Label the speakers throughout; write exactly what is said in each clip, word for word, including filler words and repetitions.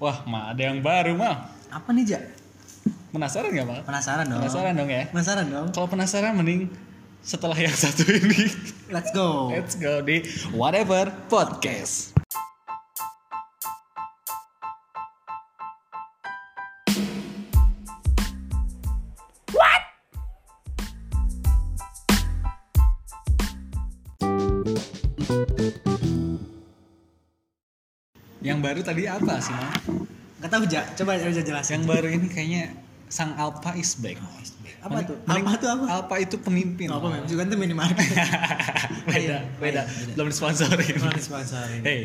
Speaker 1: Wah, mah ada yang baru mah.
Speaker 2: Apa nih, Jak?
Speaker 1: Penasaran nggak, mah?
Speaker 2: Penasaran dong.
Speaker 1: Penasaran dong ya.
Speaker 2: Penasaran dong.
Speaker 1: Kalau penasaran mending setelah yang satu ini.
Speaker 2: Let's go.
Speaker 1: Let's go di Whatever Podcast. What? Yang baru tadi apa sih, Mah?
Speaker 2: Gak tahu, Jak. Coba aja jelasin.
Speaker 1: Yang baru ini kayaknya Sang Alpha is back.
Speaker 2: Apa
Speaker 1: Mending-
Speaker 2: tuh?
Speaker 1: mending
Speaker 2: Alpha tuh apa?
Speaker 1: Alpha itu pemimpin.
Speaker 2: Oh, apa
Speaker 1: Mah.
Speaker 2: memang juga itu minimarket.
Speaker 1: beda, beda. Belum disponsorin.
Speaker 2: Belum disponsorin.
Speaker 1: Hey,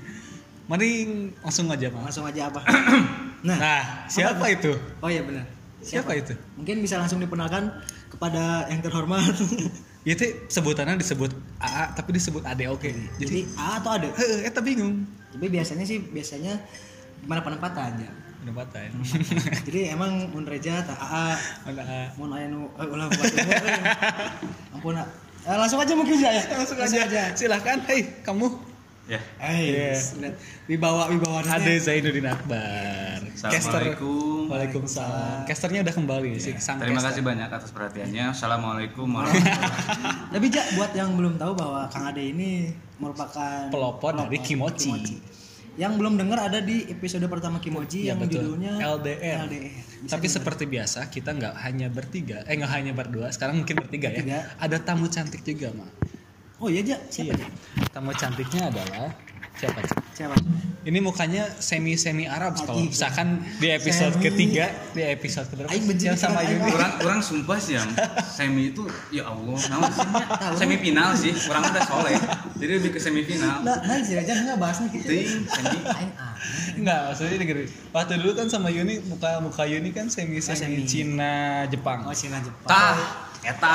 Speaker 1: mending langsung aja, Mas.
Speaker 2: Langsung aja apa?
Speaker 1: Nah,
Speaker 2: Nah,
Speaker 1: siapa
Speaker 2: apa
Speaker 1: itu?
Speaker 2: Oh iya benar.
Speaker 1: Siapa itu?
Speaker 2: Mungkin bisa langsung diperkenalkan kepada yang terhormat.
Speaker 1: Itu sebutannya disebut A A tapi disebut Ade, oke.
Speaker 2: Jadi
Speaker 1: Jadi,
Speaker 2: A atau ada?
Speaker 1: heeh, eta bingung.
Speaker 2: Tapi biasanya sih biasanya gimana penempatan aja.
Speaker 1: Pendapatan.
Speaker 2: Jadi emang mun reja tak A A
Speaker 1: Mana A?
Speaker 2: mun aya nu eh, ulah buat umur. eh. Ampun. ah. Eh, langsung aja mungkin ya.
Speaker 1: Langsung aja. Silahkan, hei kamu.
Speaker 3: Ya.
Speaker 2: Eh,
Speaker 1: Iya.
Speaker 2: lihat wibawa wibawa
Speaker 1: Ade Zainuddin Akbar.
Speaker 3: Assalamualaikum.
Speaker 1: Waalaikumsalam. Casternya udah kembali sih, sang
Speaker 3: Terima
Speaker 1: caster.
Speaker 3: kasih banyak atas perhatiannya. Assalamualaikum warahmatullahi wabarakatuh.
Speaker 2: Tapi Jak, buat yang belum tahu bahwa Kang Ade ini merupakan
Speaker 1: Pelopor dari Kimochi.
Speaker 2: Yang belum dengar ada di episode pertama Kimochi
Speaker 1: Ya,
Speaker 2: yang
Speaker 1: betul.
Speaker 2: judulnya
Speaker 1: L D R.
Speaker 2: L D R. Bisa
Speaker 1: Tapi
Speaker 2: dengar.
Speaker 1: seperti biasa kita nggak hanya bertiga, eh nggak hanya berdua, sekarang mungkin bertiga,
Speaker 2: Bertiga.
Speaker 1: ya. Ada tamu cantik juga, Mak.
Speaker 2: Oh iya Jak, siapa
Speaker 1: Iya.
Speaker 2: Jak?
Speaker 1: Tamu cantiknya adalah siapa? Cik?
Speaker 2: Siapa?
Speaker 1: Ini mukanya semi semi Arab kalau
Speaker 2: Anjing.
Speaker 1: misalkan di episode
Speaker 2: Semi.
Speaker 1: ketiga, di episode keberapa?
Speaker 2: Aing benci
Speaker 1: Yang sama
Speaker 2: dengan
Speaker 1: Yuni.
Speaker 2: Aing.
Speaker 3: Orang orang sumpah sih yang semi itu ya Allah, naon sih? Semifinal sih. Orang udah soleh. Jadi lebih ke semifinal.
Speaker 2: Nah, nah sih aja nggak bahasnya gitu.
Speaker 3: Ting, semi.
Speaker 2: Aing ah.
Speaker 1: Enggak, maksudnya ini gini. Waktu dulu kan sama Yuni muka muka Yuni kan semi
Speaker 2: Oh,
Speaker 1: semi
Speaker 2: semi.
Speaker 1: Cina Jepang.
Speaker 2: Oh, Cina Jepang.
Speaker 3: Tah, eta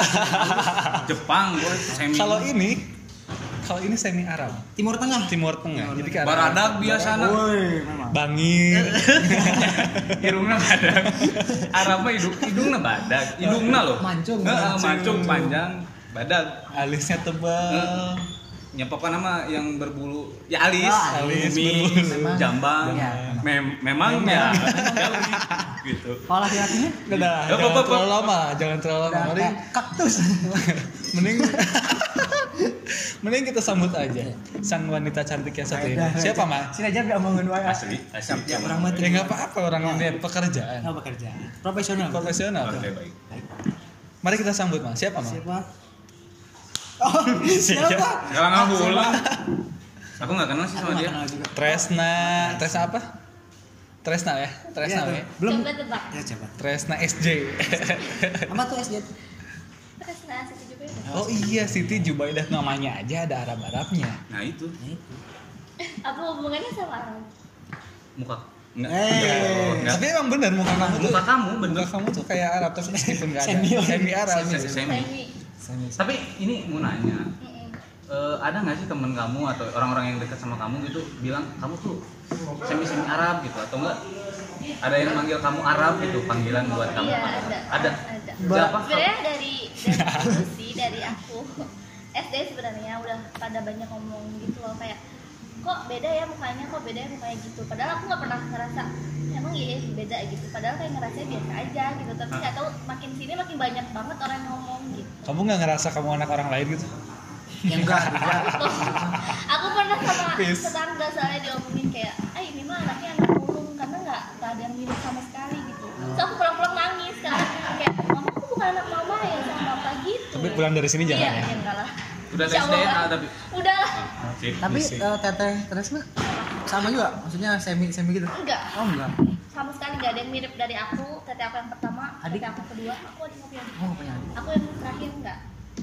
Speaker 3: Jepang gue semi.
Speaker 1: Kalau ini kalau ini semi Arab,
Speaker 2: Timur Tengah.
Speaker 1: Timur Tengah. Jadi ke arah
Speaker 3: Baradak biasana.
Speaker 2: Woi, memang.
Speaker 1: Bangir.
Speaker 3: Hidungna badak. Arabnya hidung hidungna badak. Hidungna loh.
Speaker 2: Mancung,
Speaker 3: Heeh,
Speaker 2: mancung.
Speaker 3: mancung panjang, badak.
Speaker 1: Alisnya tebal.
Speaker 3: Nyapa nama yang berbulu ya alis,
Speaker 2: Ah,
Speaker 1: alis,
Speaker 3: kumis,
Speaker 1: berbulu.
Speaker 3: jambang,
Speaker 2: Ya,
Speaker 3: Mem- memang ya, jauh gitu.
Speaker 2: Kalau laki-lakinya
Speaker 1: Udah, dah,
Speaker 3: Hop,
Speaker 1: jangan
Speaker 3: hop, hop,
Speaker 1: terlalu
Speaker 3: hop.
Speaker 1: lama, jangan terlalu lama.
Speaker 2: udah
Speaker 1: Mending,
Speaker 2: kayak kaktus.
Speaker 1: mending, mending kita sambut aja sang wanita cantik yang satu ini. Siapa, Ma?
Speaker 2: Sini aja diomongin wae.
Speaker 3: Asli, asli.
Speaker 2: Ya, orang mati.
Speaker 1: Ya nggak apa-apa, orang ini pekerjaan,
Speaker 2: Nggak bekerja. Profesional.
Speaker 1: profesional.
Speaker 3: Oke, baik.
Speaker 1: Mari kita sambut, Ma. Siapa, Ma?
Speaker 2: Siapa? Oh, siapa?
Speaker 3: Kalau nggak pulang, aku nggak kenal sih
Speaker 2: Aku
Speaker 3: sama
Speaker 2: nggak
Speaker 3: dia.
Speaker 2: kenal juga.
Speaker 1: Tresna, Tresna apa? Tresna ya, Tresna
Speaker 2: Iya,
Speaker 1: ya.
Speaker 2: belum.
Speaker 4: Coba tebak.
Speaker 2: Ya coba.
Speaker 1: Tresna S J.
Speaker 2: Apa tuh S J?
Speaker 4: Tresna Siti juga ya.
Speaker 1: Oh iya, Siti Jubaidah, namanya aja ada Arab-Arabnya.
Speaker 3: Nah itu
Speaker 2: Nah itu.
Speaker 4: Apa hubungannya sama Arab?
Speaker 3: muka. Enggak.
Speaker 2: Eh,
Speaker 3: Enggak.
Speaker 1: Tapi emang benar muka kamu tuh.
Speaker 3: Muka kamu bener.
Speaker 1: Muka kamu tuh kayak Arab tapi meskipun nggak ada
Speaker 2: Semi.
Speaker 1: semi Arab.
Speaker 2: Semi.
Speaker 3: Semi.
Speaker 4: Semi.
Speaker 3: Tapi ini mau nanya,
Speaker 4: Mm-mm.
Speaker 3: eh, ada nggak sih temen kamu atau orang-orang yang dekat sama kamu gitu bilang kamu tuh semi semi Arab gitu atau enggak? Ada yang manggil kamu Arab gitu panggilan buat kamu?
Speaker 4: Iya ada.
Speaker 3: Ada.
Speaker 4: Ada.
Speaker 3: Siapa?
Speaker 4: Sebenarnya dari dari aku sih dari aku S D sebenarnya udah pada banyak ngomong gitu loh kayak kok beda ya mukanya kok beda ya mukanya gitu. Padahal aku nggak pernah ngerasa emang iya ya beda gitu. Padahal kayak ngerasa biasa aja gitu. Tapi nggak tahu makin sini makin banyak banget orang yang ngomong gitu.
Speaker 1: Kamu nggak ngerasa kamu anak orang lain gitu?
Speaker 2: ya enggak, enggak.
Speaker 4: Aku pernah sama
Speaker 1: Peace.
Speaker 4: tetangga soalnya diomongin kayak, ah ini mah anaknya anak sulung karena nggak nggak ada yang mirip sama sekali gitu. So aku pulang-pulang nangis karena kayak, mama aku bukan anak mama ya sama papa gitu.
Speaker 1: Tapi pulang dari sini jangan
Speaker 4: Iya,
Speaker 1: ya.
Speaker 4: iya enggak lah.
Speaker 3: Udah tes
Speaker 4: Insya
Speaker 3: D
Speaker 4: Allah
Speaker 3: N A
Speaker 4: lah.
Speaker 3: tapi.
Speaker 4: Udah lah.
Speaker 3: Sip.
Speaker 2: Tapi
Speaker 1: Bisa.
Speaker 2: eh, teteh Tresna sama juga, maksudnya semi semi gitu.
Speaker 4: Enggak.
Speaker 2: Oh enggak.
Speaker 4: Sama sekali nggak ada yang mirip dari aku. Teteh aku yang pertama,
Speaker 2: Adik?
Speaker 4: teteh aku kedua, aku adik aku yang
Speaker 2: Oh punya adik.
Speaker 4: aku yang terakhir enggak.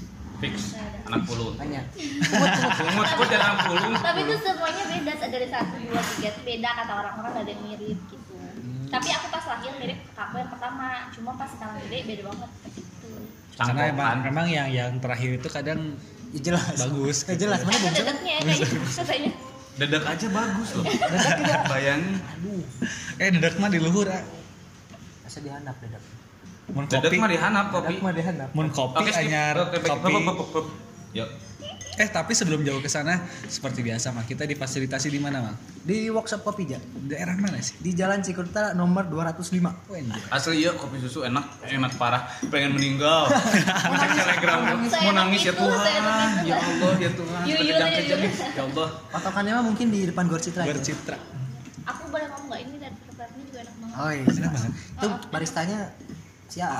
Speaker 3: Fix
Speaker 4: Nggak ada.
Speaker 3: anak puluh.
Speaker 2: Banyak.
Speaker 3: Umur umur dan anak puluh.
Speaker 4: Tapi itu semuanya beda dari satu dua tiga itu beda kata orang-orang nggak ada yang mirip gitu. Tapi aku pas lahir mirip kakakku yang pertama, cuma pas sekarang gede beda banget gitu.
Speaker 1: Karena emang,
Speaker 3: Cangkokan.
Speaker 1: memang yang yang terakhir itu kadang
Speaker 2: Ya, jelas.
Speaker 1: bagus.
Speaker 2: Ya, jelas. Mana
Speaker 4: Ada
Speaker 2: bungsu?
Speaker 4: dedeknya ya kayak gitu katanya.
Speaker 3: Dedek aja bagus loh. Bayangin.
Speaker 2: Aduh.
Speaker 1: Eh dedak mah di luhur. ah.
Speaker 2: Asa dihanap dedak.
Speaker 1: Mun
Speaker 3: Dedek
Speaker 1: kopi,
Speaker 3: mah dihanap kopi.
Speaker 2: Dedak mah dihanap.
Speaker 1: mun kopi
Speaker 3: Oke, skip.
Speaker 1: anyar
Speaker 3: Oke, baik.
Speaker 1: kopi.
Speaker 3: Hup, hup, hup, hup. Yuk.
Speaker 1: Eh tapi sebelum jauh ke sana, seperti biasa mah kita difasilitasi di mana, Mang?
Speaker 2: Di workshop kopi ja.
Speaker 1: Daerah mana sih?
Speaker 2: Di Jalan Cikurta nomor dua ratus lima.
Speaker 1: Oh, anjir.
Speaker 3: Asli ya kopi susu enak, enak parah. Pengen meninggal. Mau cek telegram, mau nangis ya Tuhan. Ya Allah ya Tuhan.
Speaker 4: Yuyun
Speaker 3: Kejam-kejam.
Speaker 4: aja.
Speaker 3: Ya Allah.
Speaker 2: Patokannya mah mungkin di depan Gor Citra. aja.
Speaker 1: Bercitra.
Speaker 4: Aku boleh ngomong nggak ini dan tempatnya juga enak banget.
Speaker 2: Oh iya,
Speaker 1: Enak banget.
Speaker 2: Itu baristanya siapa?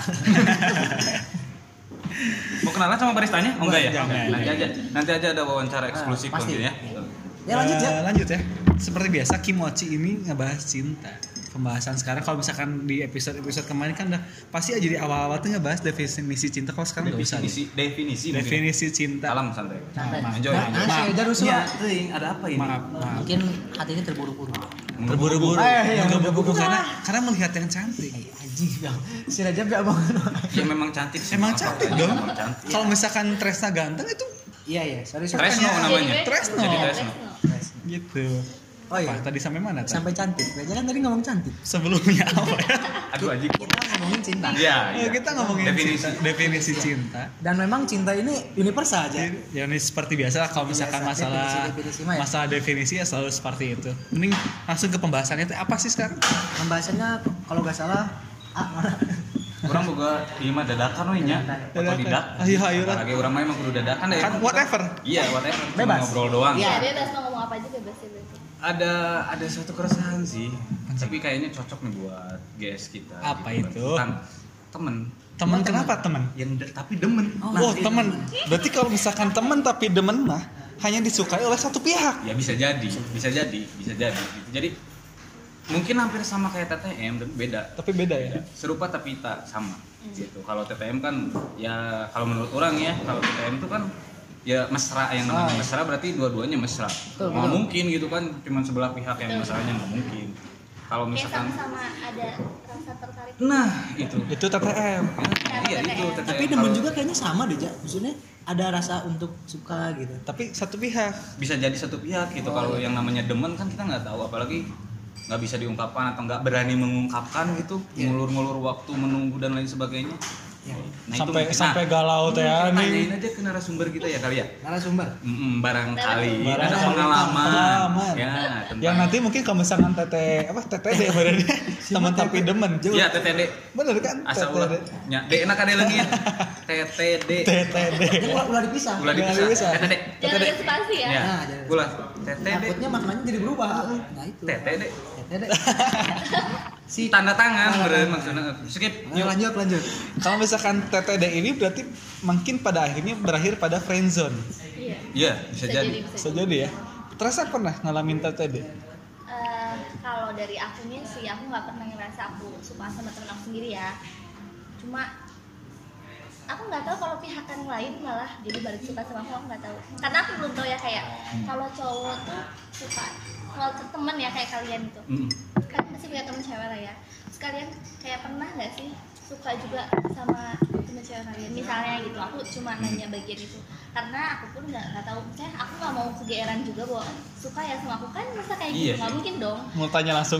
Speaker 3: Mau kenalan sama baristanya? Oh enggak ya?
Speaker 1: Jangan.
Speaker 3: Nanti aja. Nanti aja ada wawancara eksklusif
Speaker 2: pasti.
Speaker 3: mungkin ya.
Speaker 2: Ya lanjut ya.
Speaker 1: Eh, lanjut ya. Seperti biasa Kimochi ini ngebahas cinta. Pembahasan sekarang kalau misalkan di episode-episode kemarin kan udah pasti aja di awal-awal tuh ngebahas definisi cinta, kalau sekarang nggak usah.
Speaker 3: Definisi definisi mungkin.
Speaker 1: Definisi cinta.
Speaker 3: Alam santai.
Speaker 2: Santai.
Speaker 3: Enjoy.
Speaker 2: Nah,
Speaker 3: enjoy.
Speaker 2: nah, saya rusuh.
Speaker 3: Ya, teuing, ada apa ini?
Speaker 1: Maaf, maaf.
Speaker 2: Mungkin hati ini terburu-buru.
Speaker 1: Terburu-buru.
Speaker 2: Eh, iya,
Speaker 1: Terburu-buru karena karena melihat yang cantik.
Speaker 2: Eh, anjing bang. Si Rajab ya bang.
Speaker 3: Ya memang cantik sih.
Speaker 1: Emang
Speaker 3: Apa
Speaker 1: cantik
Speaker 3: apa,
Speaker 1: dong.
Speaker 3: Emang cantik.
Speaker 1: Kalau misalkan Tresna ganteng itu
Speaker 2: Iya iya. Sorry sorry.
Speaker 3: Tresno namanya.
Speaker 1: Tresno.
Speaker 3: Jadi
Speaker 4: Iya,
Speaker 3: Tresno.
Speaker 1: gitu.
Speaker 2: Oh iya.
Speaker 1: Apa, tadi sampai mana? Tadi?
Speaker 2: Sampai cantik. Raja kan tadi ngomong cantik.
Speaker 1: Sebelumnya apa ya?
Speaker 3: Aduh anjing.
Speaker 2: Kita ngomongin cinta.
Speaker 3: Iya,
Speaker 1: Oh,
Speaker 3: iya.
Speaker 1: kita ngomongin
Speaker 3: definisi.
Speaker 1: cinta, definisi cinta.
Speaker 2: Dan memang cinta ini universal aja.
Speaker 1: Ya ini seperti biasa lah kalau misalkan
Speaker 2: Biasa,
Speaker 1: masalah
Speaker 2: definisi-definisi mah ya.
Speaker 1: masalah definisi ya selalu seperti itu. Mending langsung ke pembahasannya itu apa sih sekarang?
Speaker 2: Pembahasannya kalau nggak salah ah mana?
Speaker 3: Orang boga ieu mah dadakan we nya. Otodidak.
Speaker 1: Ayo ayo lah.
Speaker 3: Lagi orang mah emang kudu dadakan deh.
Speaker 1: Kan whatever.
Speaker 3: Iya, whatever. Cuma
Speaker 2: Bebas.
Speaker 3: ngobrol doang.
Speaker 4: Iya, bebas mau ngomong apa aja bebas ya berarti.
Speaker 3: Ada ada satu keresahan sih. Tapi kayaknya cocok nih buat guys kita.
Speaker 1: Apa
Speaker 3: gitu.
Speaker 1: itu?
Speaker 3: Tentang temen.
Speaker 1: Teman kenapa teman?
Speaker 3: Yang de- tapi demen.
Speaker 1: Oh, teman. Berarti kalau misalkan teman tapi demen mah hanya disukai oleh satu pihak.
Speaker 3: Ya bisa jadi, bisa jadi, bisa jadi. Gitu. Jadi mungkin hampir sama kayak T T M dan beda.
Speaker 1: Tapi beda ya.
Speaker 3: Serupa tapi tak sama. Gitu. Kalau T T M kan ya kalau menurut orang ya, kalau T T M itu kan ya mesra, yang namanya
Speaker 2: Ah.
Speaker 3: mesra berarti dua-duanya mesra.
Speaker 2: Betul,
Speaker 3: Nggak
Speaker 2: betul.
Speaker 3: mungkin gitu kan cuma sebelah pihak yang mesranya, nggak mungkin. Kalau
Speaker 4: Kayak
Speaker 3: misalkan
Speaker 4: sama-sama ada rasa tertarik.
Speaker 3: nah itu
Speaker 1: Itu T T M.
Speaker 3: iya itu T T M.
Speaker 2: Tapi demen
Speaker 3: Kalau
Speaker 2: juga kayaknya sama deh, Ja. Maksudnya ada rasa untuk suka gitu.
Speaker 1: Tapi satu pihak.
Speaker 3: bisa jadi satu pihak gitu.
Speaker 2: Oh,
Speaker 3: Kalau
Speaker 2: iya.
Speaker 3: yang namanya demen kan kita nggak tahu, apalagi nggak bisa diungkapkan atau nggak berani mengungkapkan gitu,
Speaker 2: Iya.
Speaker 3: ngulur-ngulur waktu menunggu dan lain sebagainya.
Speaker 2: Ya.
Speaker 3: Nah,
Speaker 1: sampai
Speaker 3: mungkin.
Speaker 1: sampai
Speaker 3: Nah,
Speaker 1: galau teh
Speaker 3: mungkin
Speaker 1: nih.
Speaker 3: tanyain aja ke narasumber kita ya kali ya.
Speaker 2: Narasumber.
Speaker 3: Mm-mm, barangkali
Speaker 1: Barangkali.
Speaker 3: ada pengalaman,
Speaker 1: Pengalaman.
Speaker 3: ya tentang
Speaker 1: Yang nanti mungkin kalau misalkan T T apa T T D berarti teman tapi demen.
Speaker 3: ya T T D
Speaker 1: Bener kan?
Speaker 3: asal
Speaker 1: T T D.
Speaker 3: ulah nya D enak ada lagi T T D
Speaker 1: T T D.
Speaker 2: Jadi ulah, ulah dipisah.
Speaker 3: ulah
Speaker 1: Ulah
Speaker 3: dipisah
Speaker 1: dipisah.
Speaker 3: T T D
Speaker 4: Jangan ada spasi ya.
Speaker 3: ya
Speaker 2: Nah, jangan.
Speaker 3: ulah T T D
Speaker 2: Takutnya maknanya jadi berubah. Nah itu.
Speaker 3: T T D
Speaker 2: T T D.
Speaker 3: si tanda tangan berarti maksudnya skip
Speaker 2: Ayo, lanjut lanjut.
Speaker 1: Kalau misalkan T T D ini berarti mungkin pada akhirnya berakhir pada friendzone.
Speaker 4: Iya.
Speaker 3: iya bisa jadi
Speaker 1: Bisa jadi ya. Terasa pernah ngalamin T T D?
Speaker 4: Eh, kalau dari akunya sih aku nggak pernah ngerasa aku suka sama temen aku sendiri ya. Cuma aku nggak tahu kalau pihak yang lain malah jadi balik suka sama aku, aku nggak tahu. Karena aku belum tahu ya kayak kalau cowok tuh suka kalau ke temen ya kayak kalian itu.
Speaker 3: Mm.
Speaker 4: Kan pasti punya temen cewek lah ya. Terus kalian kayak pernah nggak sih suka juga sama temen cewek kalian? Misalnya gitu, aku cuma nanya bagian itu. Karena aku pun nggak nggak tahu, saya aku nggak mau kegeeran juga bahwa suka ya sama aku kan masa kayak gitu
Speaker 3: Iya
Speaker 4: nggak
Speaker 3: sih.
Speaker 4: mungkin dong.
Speaker 1: Mau tanya langsung.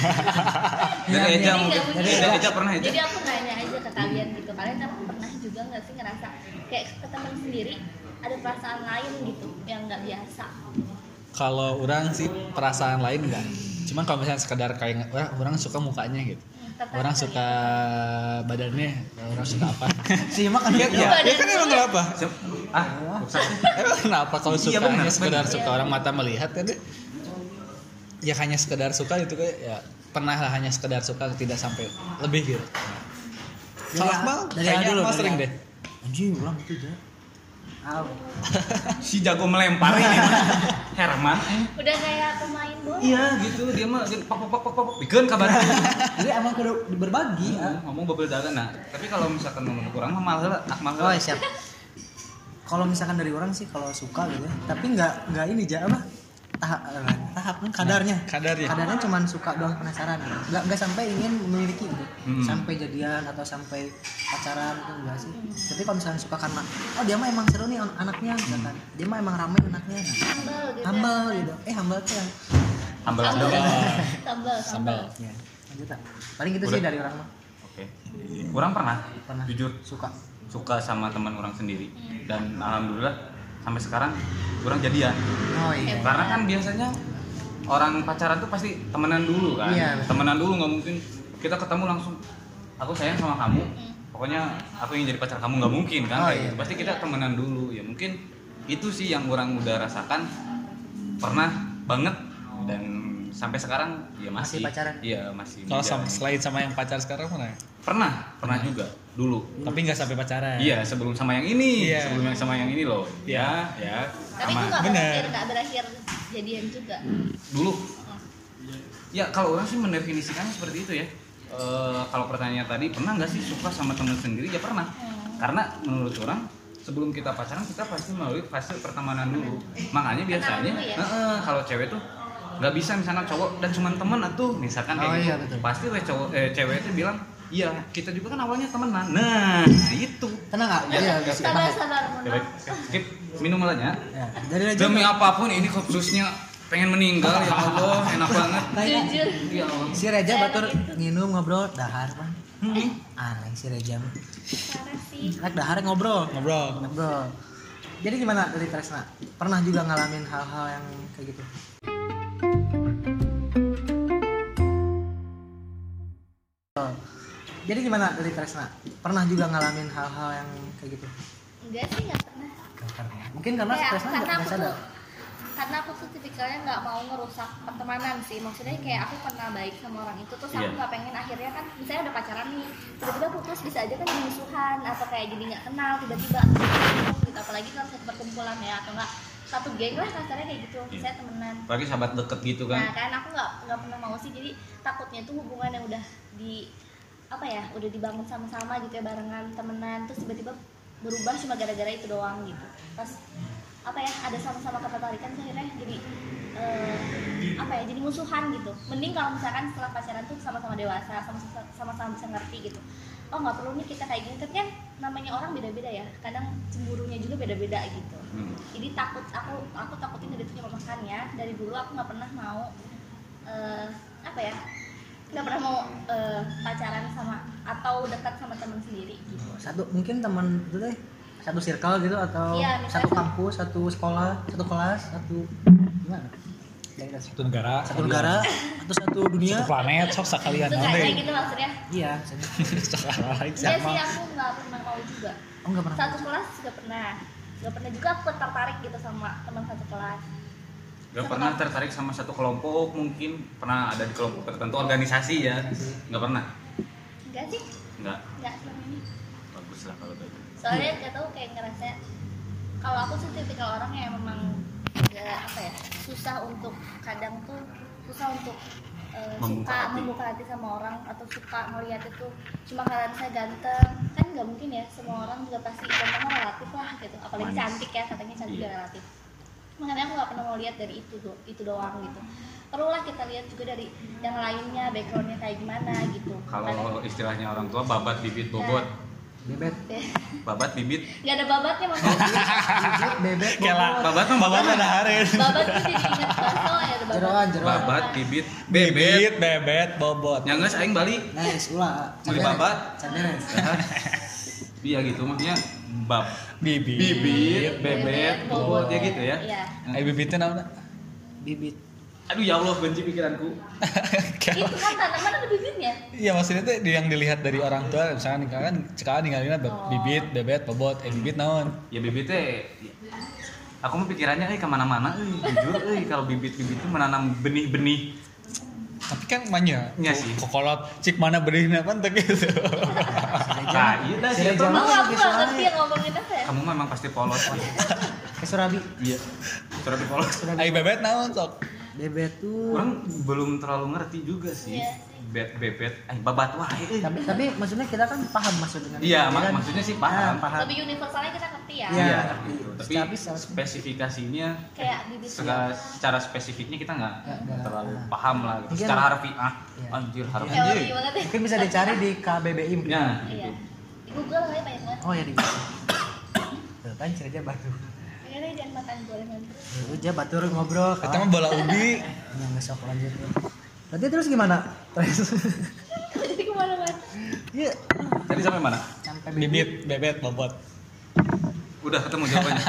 Speaker 3: dari
Speaker 2: Iya,
Speaker 3: Eja
Speaker 4: Jadi
Speaker 3: mungkin
Speaker 4: nggak mungkin.
Speaker 3: Eja Eja pernah Eja
Speaker 4: Jadi aku nanya aja ke kalian gitu. Kalian kan pernah juga nggak sih ngerasa kayak ke teman sendiri ada perasaan lain gitu yang nggak biasa?
Speaker 1: Kalau orang sih perasaan lain enggak. Cuman kalau misalnya sekedar kayak orang, orang suka mukanya gitu.
Speaker 4: Tertarik
Speaker 1: Orang
Speaker 4: kali
Speaker 1: suka badannya, orang suka apa?
Speaker 2: Si Mak kan
Speaker 1: Ya, ya, ya kan emang kenapa?
Speaker 3: ah sukses
Speaker 1: Emang kenapa kalau
Speaker 3: Iya,
Speaker 1: suka
Speaker 3: benar,
Speaker 1: hanya sekedar
Speaker 3: benar.
Speaker 1: suka orang mata melihat kan deh? Ya hanya sekedar suka itu kayak ya pernah lah hanya sekedar suka tidak sampai lebih gitu. Kalau Akmal
Speaker 2: dari
Speaker 1: kayaknya
Speaker 2: dulu,
Speaker 1: Akmal
Speaker 2: dari
Speaker 1: sering
Speaker 2: A.
Speaker 1: deh.
Speaker 2: Anjing ulang itu aja. Aw.
Speaker 3: si jago melempar ini mah. Herman
Speaker 4: udah kayak pemain bola.
Speaker 3: iya gitu dia mah pok pok pok pok pok bikin kabar
Speaker 2: Jadi emang kudu berbagi. ah.
Speaker 3: ngomong bebel dagan nah tapi kalau misalkan ngomong kurang mah malah lah akmal
Speaker 2: Oh siap. Kalau misalkan dari orang sih kalau suka gitu, ya, tapi nggak nggak ini aja apa tahap eh, tahap kan kadarnya.
Speaker 1: Kadarnya.
Speaker 2: Kadarnya cuma suka doang penasaran. Nggak nggak sampai ingin memiliki gitu.
Speaker 3: Hmm.
Speaker 2: Sampai jadian atau sampai pacaran itu enggak sih. Tapi kalau misalkan suka karena oh dia mah emang seru nih an- anaknya misalkan. Dia mah emang ramai anaknya. Nah,
Speaker 4: Sambal gitu.
Speaker 2: humble gitu. Eh humble tuh yang
Speaker 3: ambal
Speaker 4: Sambal.
Speaker 3: ambal
Speaker 4: Sambal.
Speaker 1: Sambal.
Speaker 2: ya lanjut tak. Paling gitu
Speaker 3: Udah.
Speaker 2: sih dari orang mah.
Speaker 3: oke kurang pernah
Speaker 2: Pernah.
Speaker 3: jujur
Speaker 2: Suka.
Speaker 3: suka sama teman orang sendiri dan alhamdulillah sampai sekarang orang jadian.
Speaker 2: Oh iya.
Speaker 3: Karena kan biasanya orang pacaran tuh pasti temenan dulu kan.
Speaker 2: Iya, betul.
Speaker 3: Temenan dulu, nggak mungkin kita ketemu langsung aku sayang sama kamu. Pokoknya aku ingin jadi pacar kamu, nggak mungkin kan.
Speaker 2: Oh,
Speaker 3: kayak
Speaker 2: iya.
Speaker 3: gitu. Pasti kita temenan dulu. Ya mungkin itu sih yang orang udah rasakan pernah banget dan sampai sekarang ya masih,
Speaker 2: Masih pacaran?
Speaker 3: Iya, masih.
Speaker 1: Kalau sama,
Speaker 3: menjalani.
Speaker 1: selain sama yang pacar sekarang mana?
Speaker 3: Pernah, pernah juga dulu.
Speaker 1: Tapi nggak sampai pacaran.
Speaker 3: Iya, sebelum sama yang ini,
Speaker 1: Iya.
Speaker 3: sebelum yang sama yang ini loh.
Speaker 1: Iya.
Speaker 3: Ya, ya.
Speaker 4: Tapi
Speaker 3: sama
Speaker 4: itu nggak
Speaker 1: Bener.
Speaker 4: berakhir nggak berakhir jadian juga.
Speaker 3: dulu. Ya kalau orang sih mendefinisikannya seperti itu ya. E, kalau pertanyaannya tadi pernah nggak sih suka sama teman sendiri? Ya pernah.
Speaker 4: Hmm.
Speaker 3: Karena menurut orang sebelum kita pacaran kita pasti melalui fase pertemanan dulu. Makanya biasanya
Speaker 4: dulu ya?
Speaker 3: eh, eh, kalau cewek tuh nggak bisa misalnya cowok dan cuma teman atuh misalkan kayak
Speaker 2: Oh,
Speaker 3: gitu.
Speaker 2: iya, betul.
Speaker 3: Pasti we cowok eh, cewek itu bilang iya kita juga kan awalnya temenan. Nah itu.
Speaker 2: Tenang nggak?
Speaker 3: Ya,
Speaker 2: Iya,
Speaker 3: ya,
Speaker 2: bisa
Speaker 4: Sabar
Speaker 2: banget.
Speaker 4: sabar
Speaker 3: Coba
Speaker 4: menang.
Speaker 3: skip minum malahnya.
Speaker 2: Ya, dari aja.
Speaker 3: Demi apapun ini khususnya pengen meninggal ya Allah enak banget.
Speaker 4: Jujur.
Speaker 3: Ya Allah.
Speaker 2: Si Reja
Speaker 4: Saya
Speaker 2: batur
Speaker 4: begitu.
Speaker 2: nginum ngobrol dahar mah.
Speaker 3: Hmm.
Speaker 2: Aneh si Reja mah.
Speaker 4: Parah sih.
Speaker 2: Rek dahar ngobrol.
Speaker 1: Ngobrol.
Speaker 2: Ngobrol. Jadi gimana dari Tresna? Pernah juga ngalamin hal-hal yang kayak gitu? Oh. Jadi gimana dari Tresna? Pernah juga ngalamin hal-hal yang kayak gitu?
Speaker 4: Enggak sih nggak pernah.
Speaker 2: Mungkin karena
Speaker 4: Kayak,
Speaker 2: Tresna
Speaker 4: karena
Speaker 2: nggak
Speaker 4: aku
Speaker 2: sadar.
Speaker 4: tuh karena aku tuh tipikalnya nggak mau ngerusak pertemanan sih, maksudnya kayak aku pernah baik sama orang itu terus aku
Speaker 3: Iya.
Speaker 4: nggak pengen akhirnya kan misalnya udah pacaran nih tiba-tiba putus bisa aja kan jadi musuhan atau kayak jadi nggak kenal tiba-tiba gitu, apalagi kan satu perkumpulan ya atau nggak satu geng lah kasarnya kayak gitu,
Speaker 3: Iya.
Speaker 4: saya temenan.
Speaker 3: Apalagi sahabat deket gitu
Speaker 4: Nah
Speaker 3: kan.
Speaker 4: kan aku nggak nggak pernah mau sih, jadi takutnya tuh hubungan yang udah di apa ya udah dibangun sama-sama gitu ya barengan temenan terus tiba-tiba berubah cuma gara-gara itu doang gitu. Pas apa ya ada sama-sama ketertarikan terus akhirnya jadi eh, apa ya jadi musuhan gitu. Mending kalau misalkan setelah pacaran tuh sama-sama dewasa, sama- sama-sama bisa ngerti gitu. Oh nggak perlu nih kita kayak gini, tapi kan namanya orang beda-beda ya. Kadang cemburunya juga beda-beda gitu.
Speaker 3: Hmm.
Speaker 4: Jadi takut aku aku takutin dari itu makanya dari dulu aku nggak pernah mau eh, apa ya nggak pernah mau eh, pacaran sama atau dekat sama teman sendiri gitu.
Speaker 2: Satu mungkin teman itu deh satu circle gitu atau
Speaker 4: Iya, misalnya
Speaker 2: satu
Speaker 4: satu-
Speaker 2: kampus, satu sekolah, satu kelas, satu gimana? Daerah.
Speaker 1: Satu negara.
Speaker 2: Satu negara atau satu dunia?
Speaker 1: Satu planet, sok sekalian
Speaker 4: Itu
Speaker 1: naon
Speaker 4: kayaknya
Speaker 1: deh.
Speaker 4: gitu maksudnya.
Speaker 2: Iya, misalnya.
Speaker 1: Sekalian
Speaker 4: Iya
Speaker 1: sama.
Speaker 4: sih aku nggak pernah mau juga.
Speaker 2: Oh nggak pernah.
Speaker 4: Satu kelas juga pernah. Gak pernah juga aku tertarik gitu sama teman satu kelas.
Speaker 3: Gak pernah tertarik sama satu kelompok, mungkin pernah ada di kelompok tertentu organisasi ya. Gak pernah.
Speaker 4: Enggak sih,
Speaker 3: Enggak.
Speaker 4: enggak selama ini.
Speaker 3: Bagus lah kalau gitu.
Speaker 4: Soalnya gak tau kayak ngerasa kalau aku sih tipikal orang yang memang agak apa ya susah untuk kadang tuh susah untuk eh,
Speaker 3: Membuka
Speaker 4: suka
Speaker 3: hati.
Speaker 4: membuka hati sama orang atau suka melihat itu cuma karena saya ganteng kan nggak mungkin ya, semua orang juga pasti ganteng mah relatif lah gitu, apalagi
Speaker 3: Manis.
Speaker 4: cantik ya katanya cantik
Speaker 3: Iya.
Speaker 4: juga relatif. Makanya aku nggak pernah mau lihat dari itu do, itu doang gitu. Perlulah kita lihat juga dari yang lainnya, backgroundnya kayak gimana gitu.
Speaker 3: Kalau istilahnya orang tua babat bibit bobot,
Speaker 2: Bebet.
Speaker 3: babat bibit.
Speaker 4: nggak ada babatnya mah.
Speaker 2: Bibit, bebet,
Speaker 1: Kela.
Speaker 2: bobot.
Speaker 3: Babat mah
Speaker 1: Babat
Speaker 3: babat.
Speaker 1: ada harin.
Speaker 4: Babat tuh jadi ingat bakso ya ada babat.
Speaker 2: Jeroan, jeroan.
Speaker 3: Babat bibit
Speaker 1: Bibit,
Speaker 3: bebet.
Speaker 1: bebet, bobot.
Speaker 3: Yang geus aing balik.
Speaker 2: Nice, ulah.
Speaker 3: Beli babat.
Speaker 2: Caberes.
Speaker 3: Iya gitu maksudnya bab
Speaker 1: Bibit.
Speaker 3: bibit bebet bobot ya gitu ya.
Speaker 4: Iya.
Speaker 1: Ayo bibitnya naon?
Speaker 2: Bibit.
Speaker 3: Aduh ya Allah benci pikiranku.
Speaker 4: Itu kan tanaman ada bibitnya.
Speaker 1: Iya maksudnya tuh yang dilihat dari orang tua misalkan kan sekarang ninggalinnya
Speaker 4: Oh.
Speaker 1: bibit, bebet, bobot, eh bibit naon?
Speaker 3: Ya bibit teh aku mah pikirannya eh kemana-mana euy jujur euy kalau bibit-bibit itu menanam benih-benih.
Speaker 1: Tapi kan manya,
Speaker 3: Iya sih.
Speaker 1: kokolot cik mana benihna pan teh gitu.
Speaker 3: Nah, iya dah
Speaker 2: Saya
Speaker 3: siapa
Speaker 2: jangan-
Speaker 3: mah.
Speaker 4: Oh, aku nggak ngerti yang ngomongin apa ya.
Speaker 3: Kamu memang pasti polos.
Speaker 2: Kayak Surabi.
Speaker 3: Iya. Sudah dipolos.
Speaker 2: Surabi.
Speaker 1: Ayo bebet naon sok?
Speaker 2: Bebet tuh.
Speaker 3: Orang belum terlalu ngerti juga sih.
Speaker 4: Iya sih.
Speaker 3: Bet bebet, eh babat wah. eh.
Speaker 2: Tapi, tapi maksudnya kita kan paham maksud dengan
Speaker 3: Iya,
Speaker 2: itu,
Speaker 3: mak-
Speaker 2: kan?
Speaker 3: maksudnya sih paham.
Speaker 2: Nah, paham.
Speaker 4: Lebih universalnya kita ngerti ya.
Speaker 2: Iya.
Speaker 3: gitu. Tapi
Speaker 2: Tapi sama-
Speaker 3: spesifikasinya
Speaker 4: Kayak bibit.
Speaker 3: secara, secara spesifiknya kita nggak
Speaker 2: Nggak, nggak.
Speaker 3: terlalu paham lah gitu.
Speaker 2: Mungkin-
Speaker 3: Secara harfiah,
Speaker 2: Iya.
Speaker 3: anjir harfiah.
Speaker 4: Teori banget ya.
Speaker 2: Mungkin bisa dicari di K B B I mungkin.
Speaker 3: Ya,
Speaker 4: Iya.
Speaker 3: gitu.
Speaker 4: Di Google lah ya banyak banget.
Speaker 2: Oh ya di. Tuh kan cerita batu.
Speaker 4: Kayaknya jangan makan gorengan terus.
Speaker 2: Udah batur ngobrol.
Speaker 1: Kita mah bola ubi.
Speaker 2: Yang nggak sok lanjut. Nanti terus gimana? Terus.
Speaker 4: Jadi kemana-mana.
Speaker 2: Iya.
Speaker 3: Tadi sampai mana?
Speaker 2: Sampai
Speaker 1: Bibit, bebet, bobot.
Speaker 3: Udah ketemu jawabannya.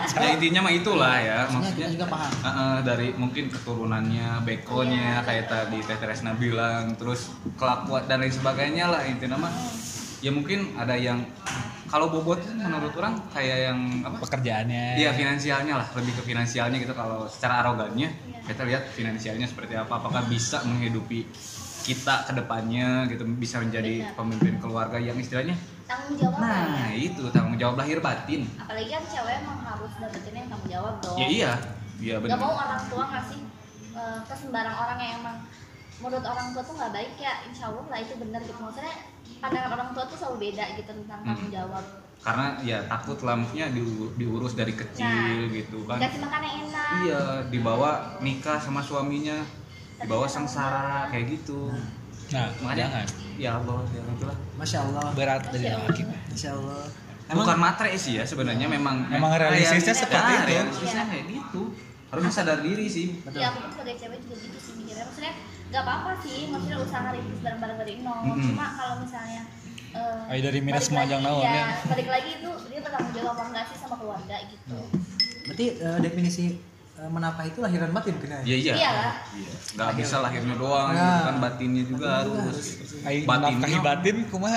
Speaker 3: Ya intinya mah itulah ya,
Speaker 2: Maksudnya
Speaker 3: maksudnya
Speaker 2: kita juga paham.
Speaker 3: uh, uh, dari mungkin keturunannya, backgroundnya kayak tadi Teh Tresna bilang, terus kelakuan dan lain sebagainya lah intinya mah. Ya mungkin ada yang kalau bobot itu menurut orang kayak yang apa?
Speaker 1: Pekerjaannya.
Speaker 3: Iya finansialnya lah, lebih ke finansialnya gitu. Kalau secara arogannya kita lihat finansialnya seperti apa, apakah bisa menghidupi kita ke depannya gitu, bisa menjadi
Speaker 4: Benar.
Speaker 3: pemimpin keluarga yang istilahnya.
Speaker 4: Tanggung jawab lah
Speaker 3: Nah
Speaker 4: ya.
Speaker 3: itu tanggung jawab lahir batin.
Speaker 4: Apalagi kan cewek emang harus dapetin yang tanggung jawab dong.
Speaker 3: Ya iya, iya
Speaker 4: Gak mau
Speaker 3: benar.
Speaker 4: orang tua ngasih uh, ke sembarang orang yang emang menurut orang tua tuh nggak baik ya, insya Allah lah itu benar gitu. Maksudnya pandangan orang tua tuh selalu beda gitu tentang tanggung
Speaker 3: Hmm.
Speaker 4: jawab.
Speaker 3: Karena ya takut lah, maksudnya diu- diurus dari kecil
Speaker 4: Nah,
Speaker 3: gitu kan.
Speaker 4: Dikasih makan yang enak.
Speaker 3: Iya, dibawa nikah sama suaminya, dibawa sengsara kayak gitu.
Speaker 1: Nah,
Speaker 3: Makanya
Speaker 1: jangan.
Speaker 3: ya Allah ya itulah.
Speaker 2: Masya Allah.
Speaker 1: Berat dari
Speaker 4: Masya
Speaker 1: laki.
Speaker 2: Masya Allah.
Speaker 3: Bukan matre sih ya sebenarnya, memang
Speaker 1: Memang realistisnya
Speaker 3: kayak-
Speaker 1: seperti
Speaker 3: ya,
Speaker 1: itu.
Speaker 3: realistisnya kayak gitu. Harusnya sadar diri sih.
Speaker 4: Iya, aku pun sebagai cewek juga gitu sih mikirnya. Maksudnya nggak apa-apa sih, maksudnya usaha rintis bareng-bareng dari nol.
Speaker 3: Mm-mm.
Speaker 4: Cuma kalau misalnya eh,
Speaker 1: Ay, dari minus
Speaker 4: balik
Speaker 1: semajang
Speaker 4: lagi,
Speaker 1: naon
Speaker 4: ya,
Speaker 1: ya.
Speaker 4: balik lagi itu dia bertanggung jawab apa enggak sih sama keluarga gitu.
Speaker 2: Berarti eh, definisi eh, menafkahi itu lahiran batin kena
Speaker 3: Iya iya.
Speaker 4: Iyalah.
Speaker 3: Iya. Gak bisa lahirnya doang,
Speaker 2: Nah.
Speaker 3: gitu kan batinnya juga harus.
Speaker 1: Ay,
Speaker 3: Batinnya
Speaker 1: nafkahi batin kumaha?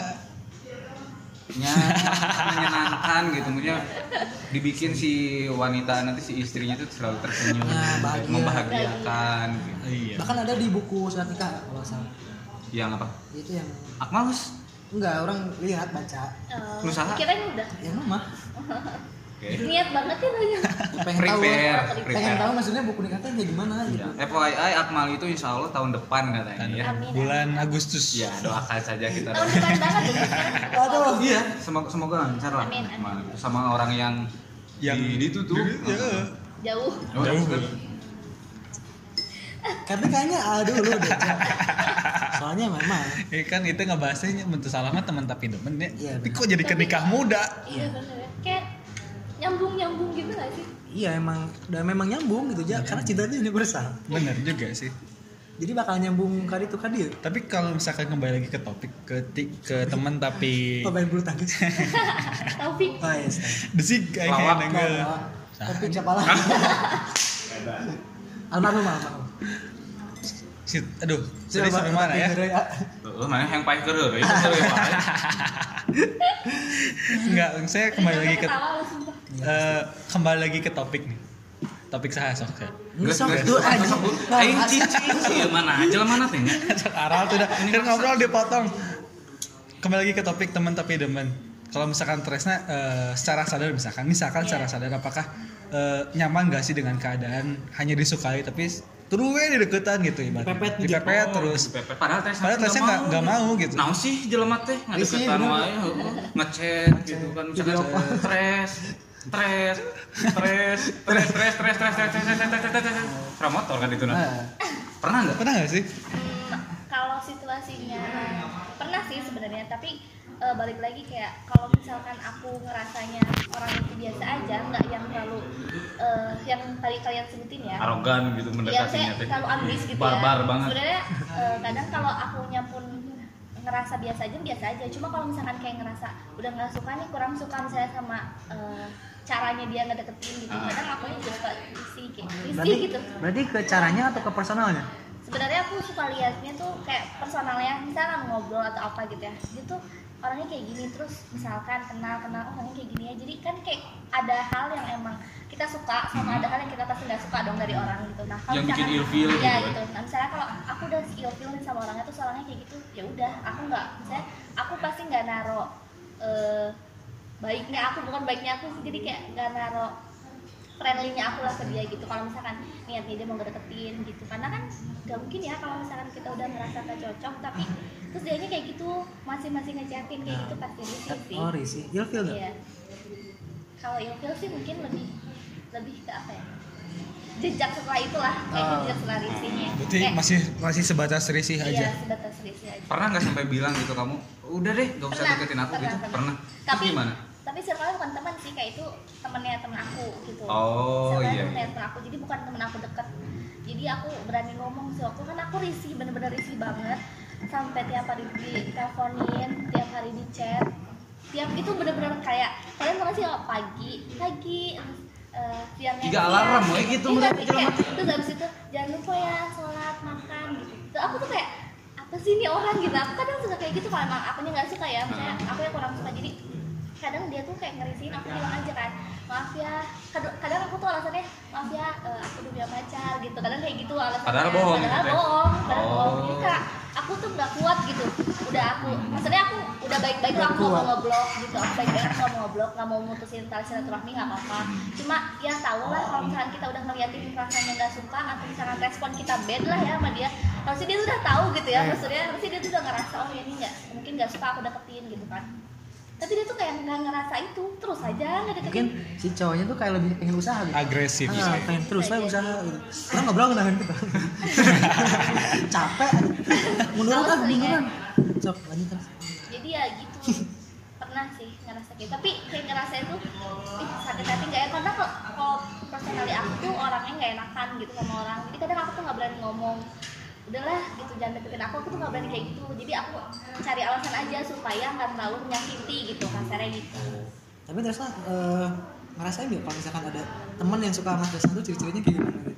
Speaker 3: nya menyenangkan gitu, maksudnya dibikin si wanita nanti si istrinya tuh selalu tersenyum,
Speaker 2: Nah, bahagia.
Speaker 3: membahagiakan. Gitu.
Speaker 1: Iya.
Speaker 2: Bahkan ada di buku surat nikah kalau nggak salah.
Speaker 3: Yang apa?
Speaker 2: Itu yang
Speaker 3: Akmalus.
Speaker 2: enggak orang lihat baca.
Speaker 4: Eh,
Speaker 3: Usaha.
Speaker 4: kirain udah
Speaker 2: Yang mama
Speaker 3: Oke.
Speaker 4: niat banget ya nanya.
Speaker 2: pengen tahu.
Speaker 3: Prepare,
Speaker 2: Pengen
Speaker 3: prepare.
Speaker 2: tahu maksudnya buku nikahnya kayak gimana gitu.
Speaker 3: Ya, F Y I Akmal itu insya Allah tahun depan katanya ya.
Speaker 4: Amin.
Speaker 1: Bulan Agustus.
Speaker 3: Ya doakan saja kita.
Speaker 4: Tahun depan banget jadi sekarang.
Speaker 2: Aduh.
Speaker 3: Iya, semoga semoga lancar lah.
Speaker 4: Amin, amin.
Speaker 3: Akmal itu sama orang yang
Speaker 1: Yang
Speaker 3: di itu tuh.
Speaker 1: Ya.
Speaker 4: Jauh.
Speaker 3: Oh,
Speaker 1: Jauh.
Speaker 2: Tapi kayaknya aduh lu deh. Cak. Soalnya memang
Speaker 1: Ya kan itu ngebahasnya bentuk salaman teman tapi demen ya.
Speaker 2: Iya,
Speaker 1: Tapi
Speaker 2: benar.
Speaker 1: kok jadi ke nikah muda?
Speaker 4: Iya bener ya. Kayak nyambung-nyambung gitu gak sih?
Speaker 2: iya emang udah memang nyambung gitu aja karena cinta itu universal.
Speaker 1: Bener juga sih.
Speaker 2: Jadi bakal nyambung kali itu kali.
Speaker 1: Tapi kalau misalkan kembali lagi ke topik ke ti- ke teman tapi
Speaker 2: Pemain bulu tangkis.
Speaker 4: Taufik.
Speaker 2: Oh iya.
Speaker 1: desik kayak
Speaker 3: Lawak,
Speaker 1: enggak.
Speaker 2: Tapi siapa lah? Almarhum almarhum.
Speaker 1: Si, aduh, jadi sampai mana ya?
Speaker 3: Lo mana yang paling keren itu tuh ya.
Speaker 1: Enggak, saya kembali lagi ke
Speaker 4: Ketawa lu sumpah.
Speaker 1: eh, kembali lagi ke topik nih. Topik saya sok kan.
Speaker 2: Ngesok tuh aja.
Speaker 3: Aing cincin sih ya, mana aja lah mana teh.
Speaker 1: Sok aral tuh udah. Kan ngobrol dipotong. Kembali lagi ke topik teman tapi demen. Kalau misalkan Tresna eh, secara sadar misalkan, misalkan secara sadar apakah eh, nyaman gak sih dengan keadaan hanya disukai tapi terus we dideketan gitu ibaratnya.
Speaker 2: Dipepet,
Speaker 1: Dipepet
Speaker 3: Oh,
Speaker 1: terus.
Speaker 3: dipepet. Padahal teh
Speaker 1: Padahal Tresna nggak nggak mau gitu.
Speaker 3: Nah sih jelema teh
Speaker 2: Risih,
Speaker 3: ngadeketan
Speaker 2: bener.
Speaker 3: wae heuh, ngechat gitu kan misalkan
Speaker 2: Video call.
Speaker 3: stres stres stres stres stres stres stres stres stres stres stres stres stres motor kan itu nah.
Speaker 2: Nah,
Speaker 3: Pernah enggak?
Speaker 1: Pernah gak sih?
Speaker 4: Hmm, kalau situasinya pernah sih sebenarnya, tapi eh, balik lagi kayak kalau misalkan aku ngerasanya orang itu biasa aja, nggak yang terlalu eh, yang tadi kalian sebutin ya.
Speaker 3: Arogan gitu
Speaker 4: Iya,
Speaker 3: mendekatinya
Speaker 4: saya
Speaker 3: teh.
Speaker 4: terlalu ambis gitu
Speaker 3: Barbar
Speaker 4: ya.
Speaker 3: banget.
Speaker 4: Sebenarnya eh, kadang kalau akunya pun ngerasa biasa aja, biasa aja. Cuma kalau misalkan kayak ngerasa udah nggak suka nih, kurang suka misalnya sama eh, caranya dia ngedeketin gitu.
Speaker 3: Ah.
Speaker 4: Kadang aku juga suka risih kayak risih
Speaker 2: berarti
Speaker 4: gitu.
Speaker 2: berarti ke caranya atau ke personalnya?
Speaker 4: Sebenarnya aku suka liatnya tuh kayak personalnya, misalkan ngobrol atau apa gitu ya, dia tuh orangnya kayak gini, terus misalkan kenal kenal orangnya kayak gini ya, jadi kan kayak ada hal yang emang kita suka sama ada hal yang kita pasti nggak suka dong dari orang gitu. Nah kalau
Speaker 3: Yang bikin
Speaker 4: misalkan-
Speaker 3: ilfeel gitu
Speaker 4: ya
Speaker 3: kan.
Speaker 4: gitu. Nah misalnya kalau aku udah ilfeel nih sama orangnya tuh orangnya kayak gitu, ya udah aku nggak, misalnya aku pasti nggak naro eh, baiknya aku, bukan baiknya aku sih, jadi kayak nggak naro friendly-nya aku lah ke dia gitu. Kalau misalkan niatnya dia mau ngedeketin gitu, karena kan gak mungkin ya kalau misalkan kita udah merasa gak cocok tapi terus dianya kayak gitu masih masih ngechatin kayak gitu, pasti risih sih.
Speaker 2: Oh risih. Ilfil nggak?
Speaker 4: Iya. Kalau ilfil sih mungkin lebih lebih ke apa ya, jejak setelah itulah kayak
Speaker 2: Oh.
Speaker 4: jejak setelah risihnya.
Speaker 1: Berarti
Speaker 4: Kayak-
Speaker 1: masih masih sebatas risih
Speaker 4: iya,
Speaker 1: aja.
Speaker 4: sebatas risih aja.
Speaker 3: Pernah nggak sampai bilang gitu kamu, udah deh gak usah
Speaker 4: Pernah,
Speaker 3: deketin aku
Speaker 4: pernah,
Speaker 3: gitu?
Speaker 4: pernah.
Speaker 3: Pernah. Terus
Speaker 4: Tapi
Speaker 3: gimana?
Speaker 4: tapi circle bukan teman sih, kayak itu temennya temen aku gitu.
Speaker 3: Oh,
Speaker 4: Circle-nya
Speaker 3: iya,
Speaker 4: temennya
Speaker 3: iya.
Speaker 4: temen aku, jadi bukan temen aku deket. Jadi aku berani ngomong sih waktu kan aku risih, bener-bener risih banget, sampai tiap hari diteleponin, tiap hari di chat, tiap itu bener-bener kayak kalian tau gak sih kalau pagi pagi terus uh, siangnya
Speaker 3: Tiga
Speaker 4: siang.
Speaker 3: alarm, woy, gitu
Speaker 4: Iya,
Speaker 3: mereka
Speaker 4: tapi
Speaker 3: jalan
Speaker 4: kayak,
Speaker 3: mati.
Speaker 4: terus habis itu jangan lupa ya sholat makan gitu. Terus aku tuh kayak apa sih ini orang gitu. Aku kadang suka kayak gitu kalau emang akunya nggak suka ya, misalnya aku yang kurang suka, jadi kadang dia tuh kayak ngerisiin, aku bilang aja kan maaf ya, kadang, kadang aku tuh alasannya maaf ya, uh, aku udah punya pacar gitu, kadang kayak gitu alasannya.
Speaker 3: Padahal bohong
Speaker 4: padahal
Speaker 3: gitu ya?
Speaker 4: bohong padahal
Speaker 3: Oh.
Speaker 4: bohong jadi kak aku tuh nggak kuat gitu, udah aku maksudnya aku udah baik-baik lah, aku nggak mau ngeblok gitu, aku baik-baik aku nggak mau ngeblok, nggak mau mutusin tali silaturahmi, nggak apa-apa, cuma ya tau lah kalau misalkan kita udah ngeliatin rasanya nggak suka atau misalkan respon kita bad lah ya sama dia, harusnya dia tuh udah tahu gitu ya, maksudnya harusnya dia tuh udah ngerasa oh ini nggak mungkin nggak suka aku deketin gitu kan, tapi dia tuh kayak nggak ngerasa itu, terus aja nggak deketin.
Speaker 2: Mungkin si cowoknya tuh kayak lebih pengen usaha gitu.
Speaker 1: Agresif
Speaker 2: Ah,
Speaker 1: sih.
Speaker 2: pengen terus lah usaha gitu. Orang ngobrol nahan kita. Capek. Munduran ah, munduran. Sok lanjut terus.
Speaker 4: Jadi ya gitu pernah sih ngerasa gitu, tapi kayak ngerasa itu ih, sakit hati nggak ya, karena kalau kalau personally aku tuh orangnya nggak enakan gitu sama orang, jadi kadang aku tuh nggak berani ngomong udahlah gitu jangan deketin aku, aku tuh nggak berani kayak gitu, jadi aku cari alasan aja supaya nggak terlalu menyakiti gitu kasarnya gitu.
Speaker 2: Tapi terus lah eh, ngerasain nggak kalau misalkan ada teman yang suka sama Tresna tuh ciri-cirinya kayak gimana gitu?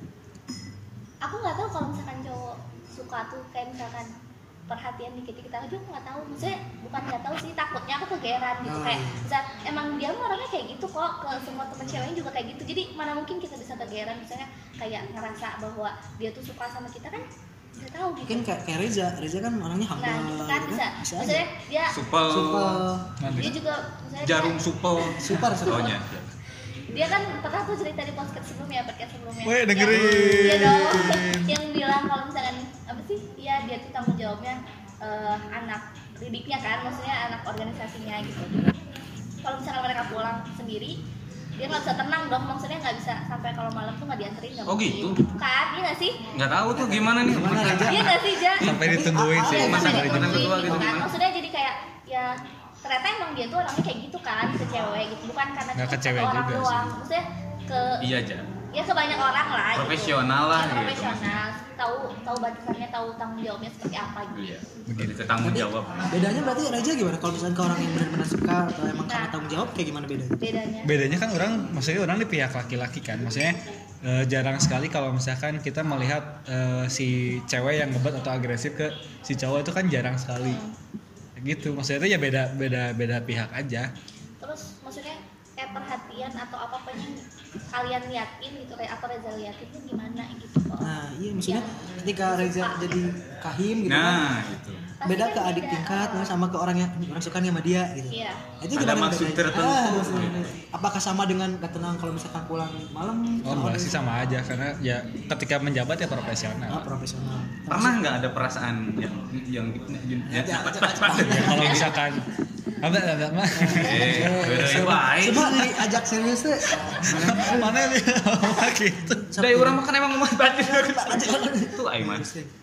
Speaker 4: Aku nggak tahu kalau misalkan cowok suka tuh kayak misalkan perhatian dikit-dikit aja, aku nggak tahu, maksudnya bukan nggak tahu sih, takutnya aku kegeeran gitu,
Speaker 2: Oh.
Speaker 4: kayak misal emang dia mah orangnya kayak gitu kok, ke semua temen ceweknya juga kayak gitu, jadi mana mungkin kita bisa kegeeran, misalnya kayak ngerasa bahwa dia tuh suka sama kita kan nggak tahu gitu.
Speaker 2: Mungkin kayak, kayak Reza, Reza kan orangnya humble
Speaker 4: Nah gitu kan
Speaker 2: gitu
Speaker 4: bisa,
Speaker 2: bisa aja.
Speaker 4: maksudnya dia
Speaker 3: Supel,
Speaker 2: Supel,
Speaker 4: dia juga misalnya
Speaker 3: jarum
Speaker 4: dia,
Speaker 3: supel.
Speaker 2: super, super.
Speaker 3: Oh nya.
Speaker 4: dia kan pernah tuh cerita di podcast sebelumnya, podcast sebelumnya.
Speaker 1: Weh,
Speaker 4: Yang-
Speaker 1: dengerin.
Speaker 4: Iya dong. Yang bilang kalau misalkan apa sih? Iya dia tuh tanggung jawabnya eh, anak didiknya kan, maksudnya anak organisasinya gitu. Kalau misalkan mereka pulang sendiri, dia nggak bisa tenang dong, maksudnya nggak bisa sampai kalau malam tuh nggak dianterin nggak
Speaker 3: Oh,
Speaker 4: mungkin.
Speaker 3: gitu?
Speaker 4: Kan, iya nggak sih?
Speaker 3: Nggak tahu tuh gimana nih.
Speaker 2: Gimana, Raja?
Speaker 4: Iya nggak sih Ja?
Speaker 1: Sampai ditungguin sih.
Speaker 4: Iya,
Speaker 3: Masa
Speaker 4: sampai
Speaker 3: nggak
Speaker 4: ditungguin
Speaker 3: ketua
Speaker 4: gitu
Speaker 3: gitu
Speaker 4: kan.
Speaker 3: gimana?
Speaker 4: Maksudnya jadi kayak ya ternyata emang dia tuh orangnya kayak gitu kan ke cewek gitu, bukan karena
Speaker 1: Nggak ke
Speaker 4: cuma
Speaker 1: cewek
Speaker 4: satu orang
Speaker 1: juga sih.
Speaker 4: doang, maksudnya ke
Speaker 3: Iya aja.
Speaker 4: ya ke banyak orang lah gitu.
Speaker 3: Profesional lah
Speaker 4: Ya,
Speaker 3: gitu
Speaker 4: profesional, tahu tahu batasannya, tahu tanggung jawabnya seperti apa gitu.
Speaker 3: Iya. Begitu tanggung
Speaker 2: Jadi,
Speaker 3: jawab.
Speaker 2: bedanya berarti Reza gimana kalau misalkan ke orang yang benar-benar suka atau emang
Speaker 4: Nah.
Speaker 2: karena tanggung jawab kayak gimana bedanya?
Speaker 4: Bedanya
Speaker 1: Bedanya kan orang, maksudnya orang di pihak laki-laki kan, maksudnya eh, jarang sekali kalau misalkan kita melihat eh, si cewek yang ngebet atau agresif ke si cowok, itu kan jarang sekali. Gitu, maksudnya itu ya beda beda beda pihak aja.
Speaker 4: terus maksudnya kayak perhatian atau apa yang kalian liatin gitu kayak atau Reza liatin tuh gimana gitu kok.
Speaker 2: Nah iya maksudnya
Speaker 4: Yang
Speaker 2: ketika Reza
Speaker 4: suka
Speaker 2: jadi kahim gitu kan,
Speaker 3: Nah, itu.
Speaker 4: Pasti
Speaker 2: beda
Speaker 4: kan
Speaker 2: ke adik
Speaker 4: beda.
Speaker 2: tingkat nah, sama ke orang yang orang suka nih sama dia gitu.
Speaker 4: Iya.
Speaker 2: Itu
Speaker 3: Ada
Speaker 2: gimana
Speaker 3: maksud
Speaker 2: bedanya?
Speaker 3: tertentu.
Speaker 2: Ah, maksudnya. Apakah sama dengan gak tenang kalau misalkan pulang malam?
Speaker 1: Oh enggak sih, sama aja, karena ya ketika menjabat ya
Speaker 2: Ah,
Speaker 1: profesional.
Speaker 2: profesional.
Speaker 3: Pernah nggak ada perasaan yang yang yang
Speaker 2: Ya,
Speaker 3: ya,
Speaker 2: ajak, ajak.
Speaker 1: Ya, kalau misalkan apa apa mah
Speaker 3: eh, beda baik.
Speaker 2: Coba diajak serius deh.
Speaker 1: mana dia gitu.
Speaker 3: Dari orang makan emang mau bantu itu Aiman.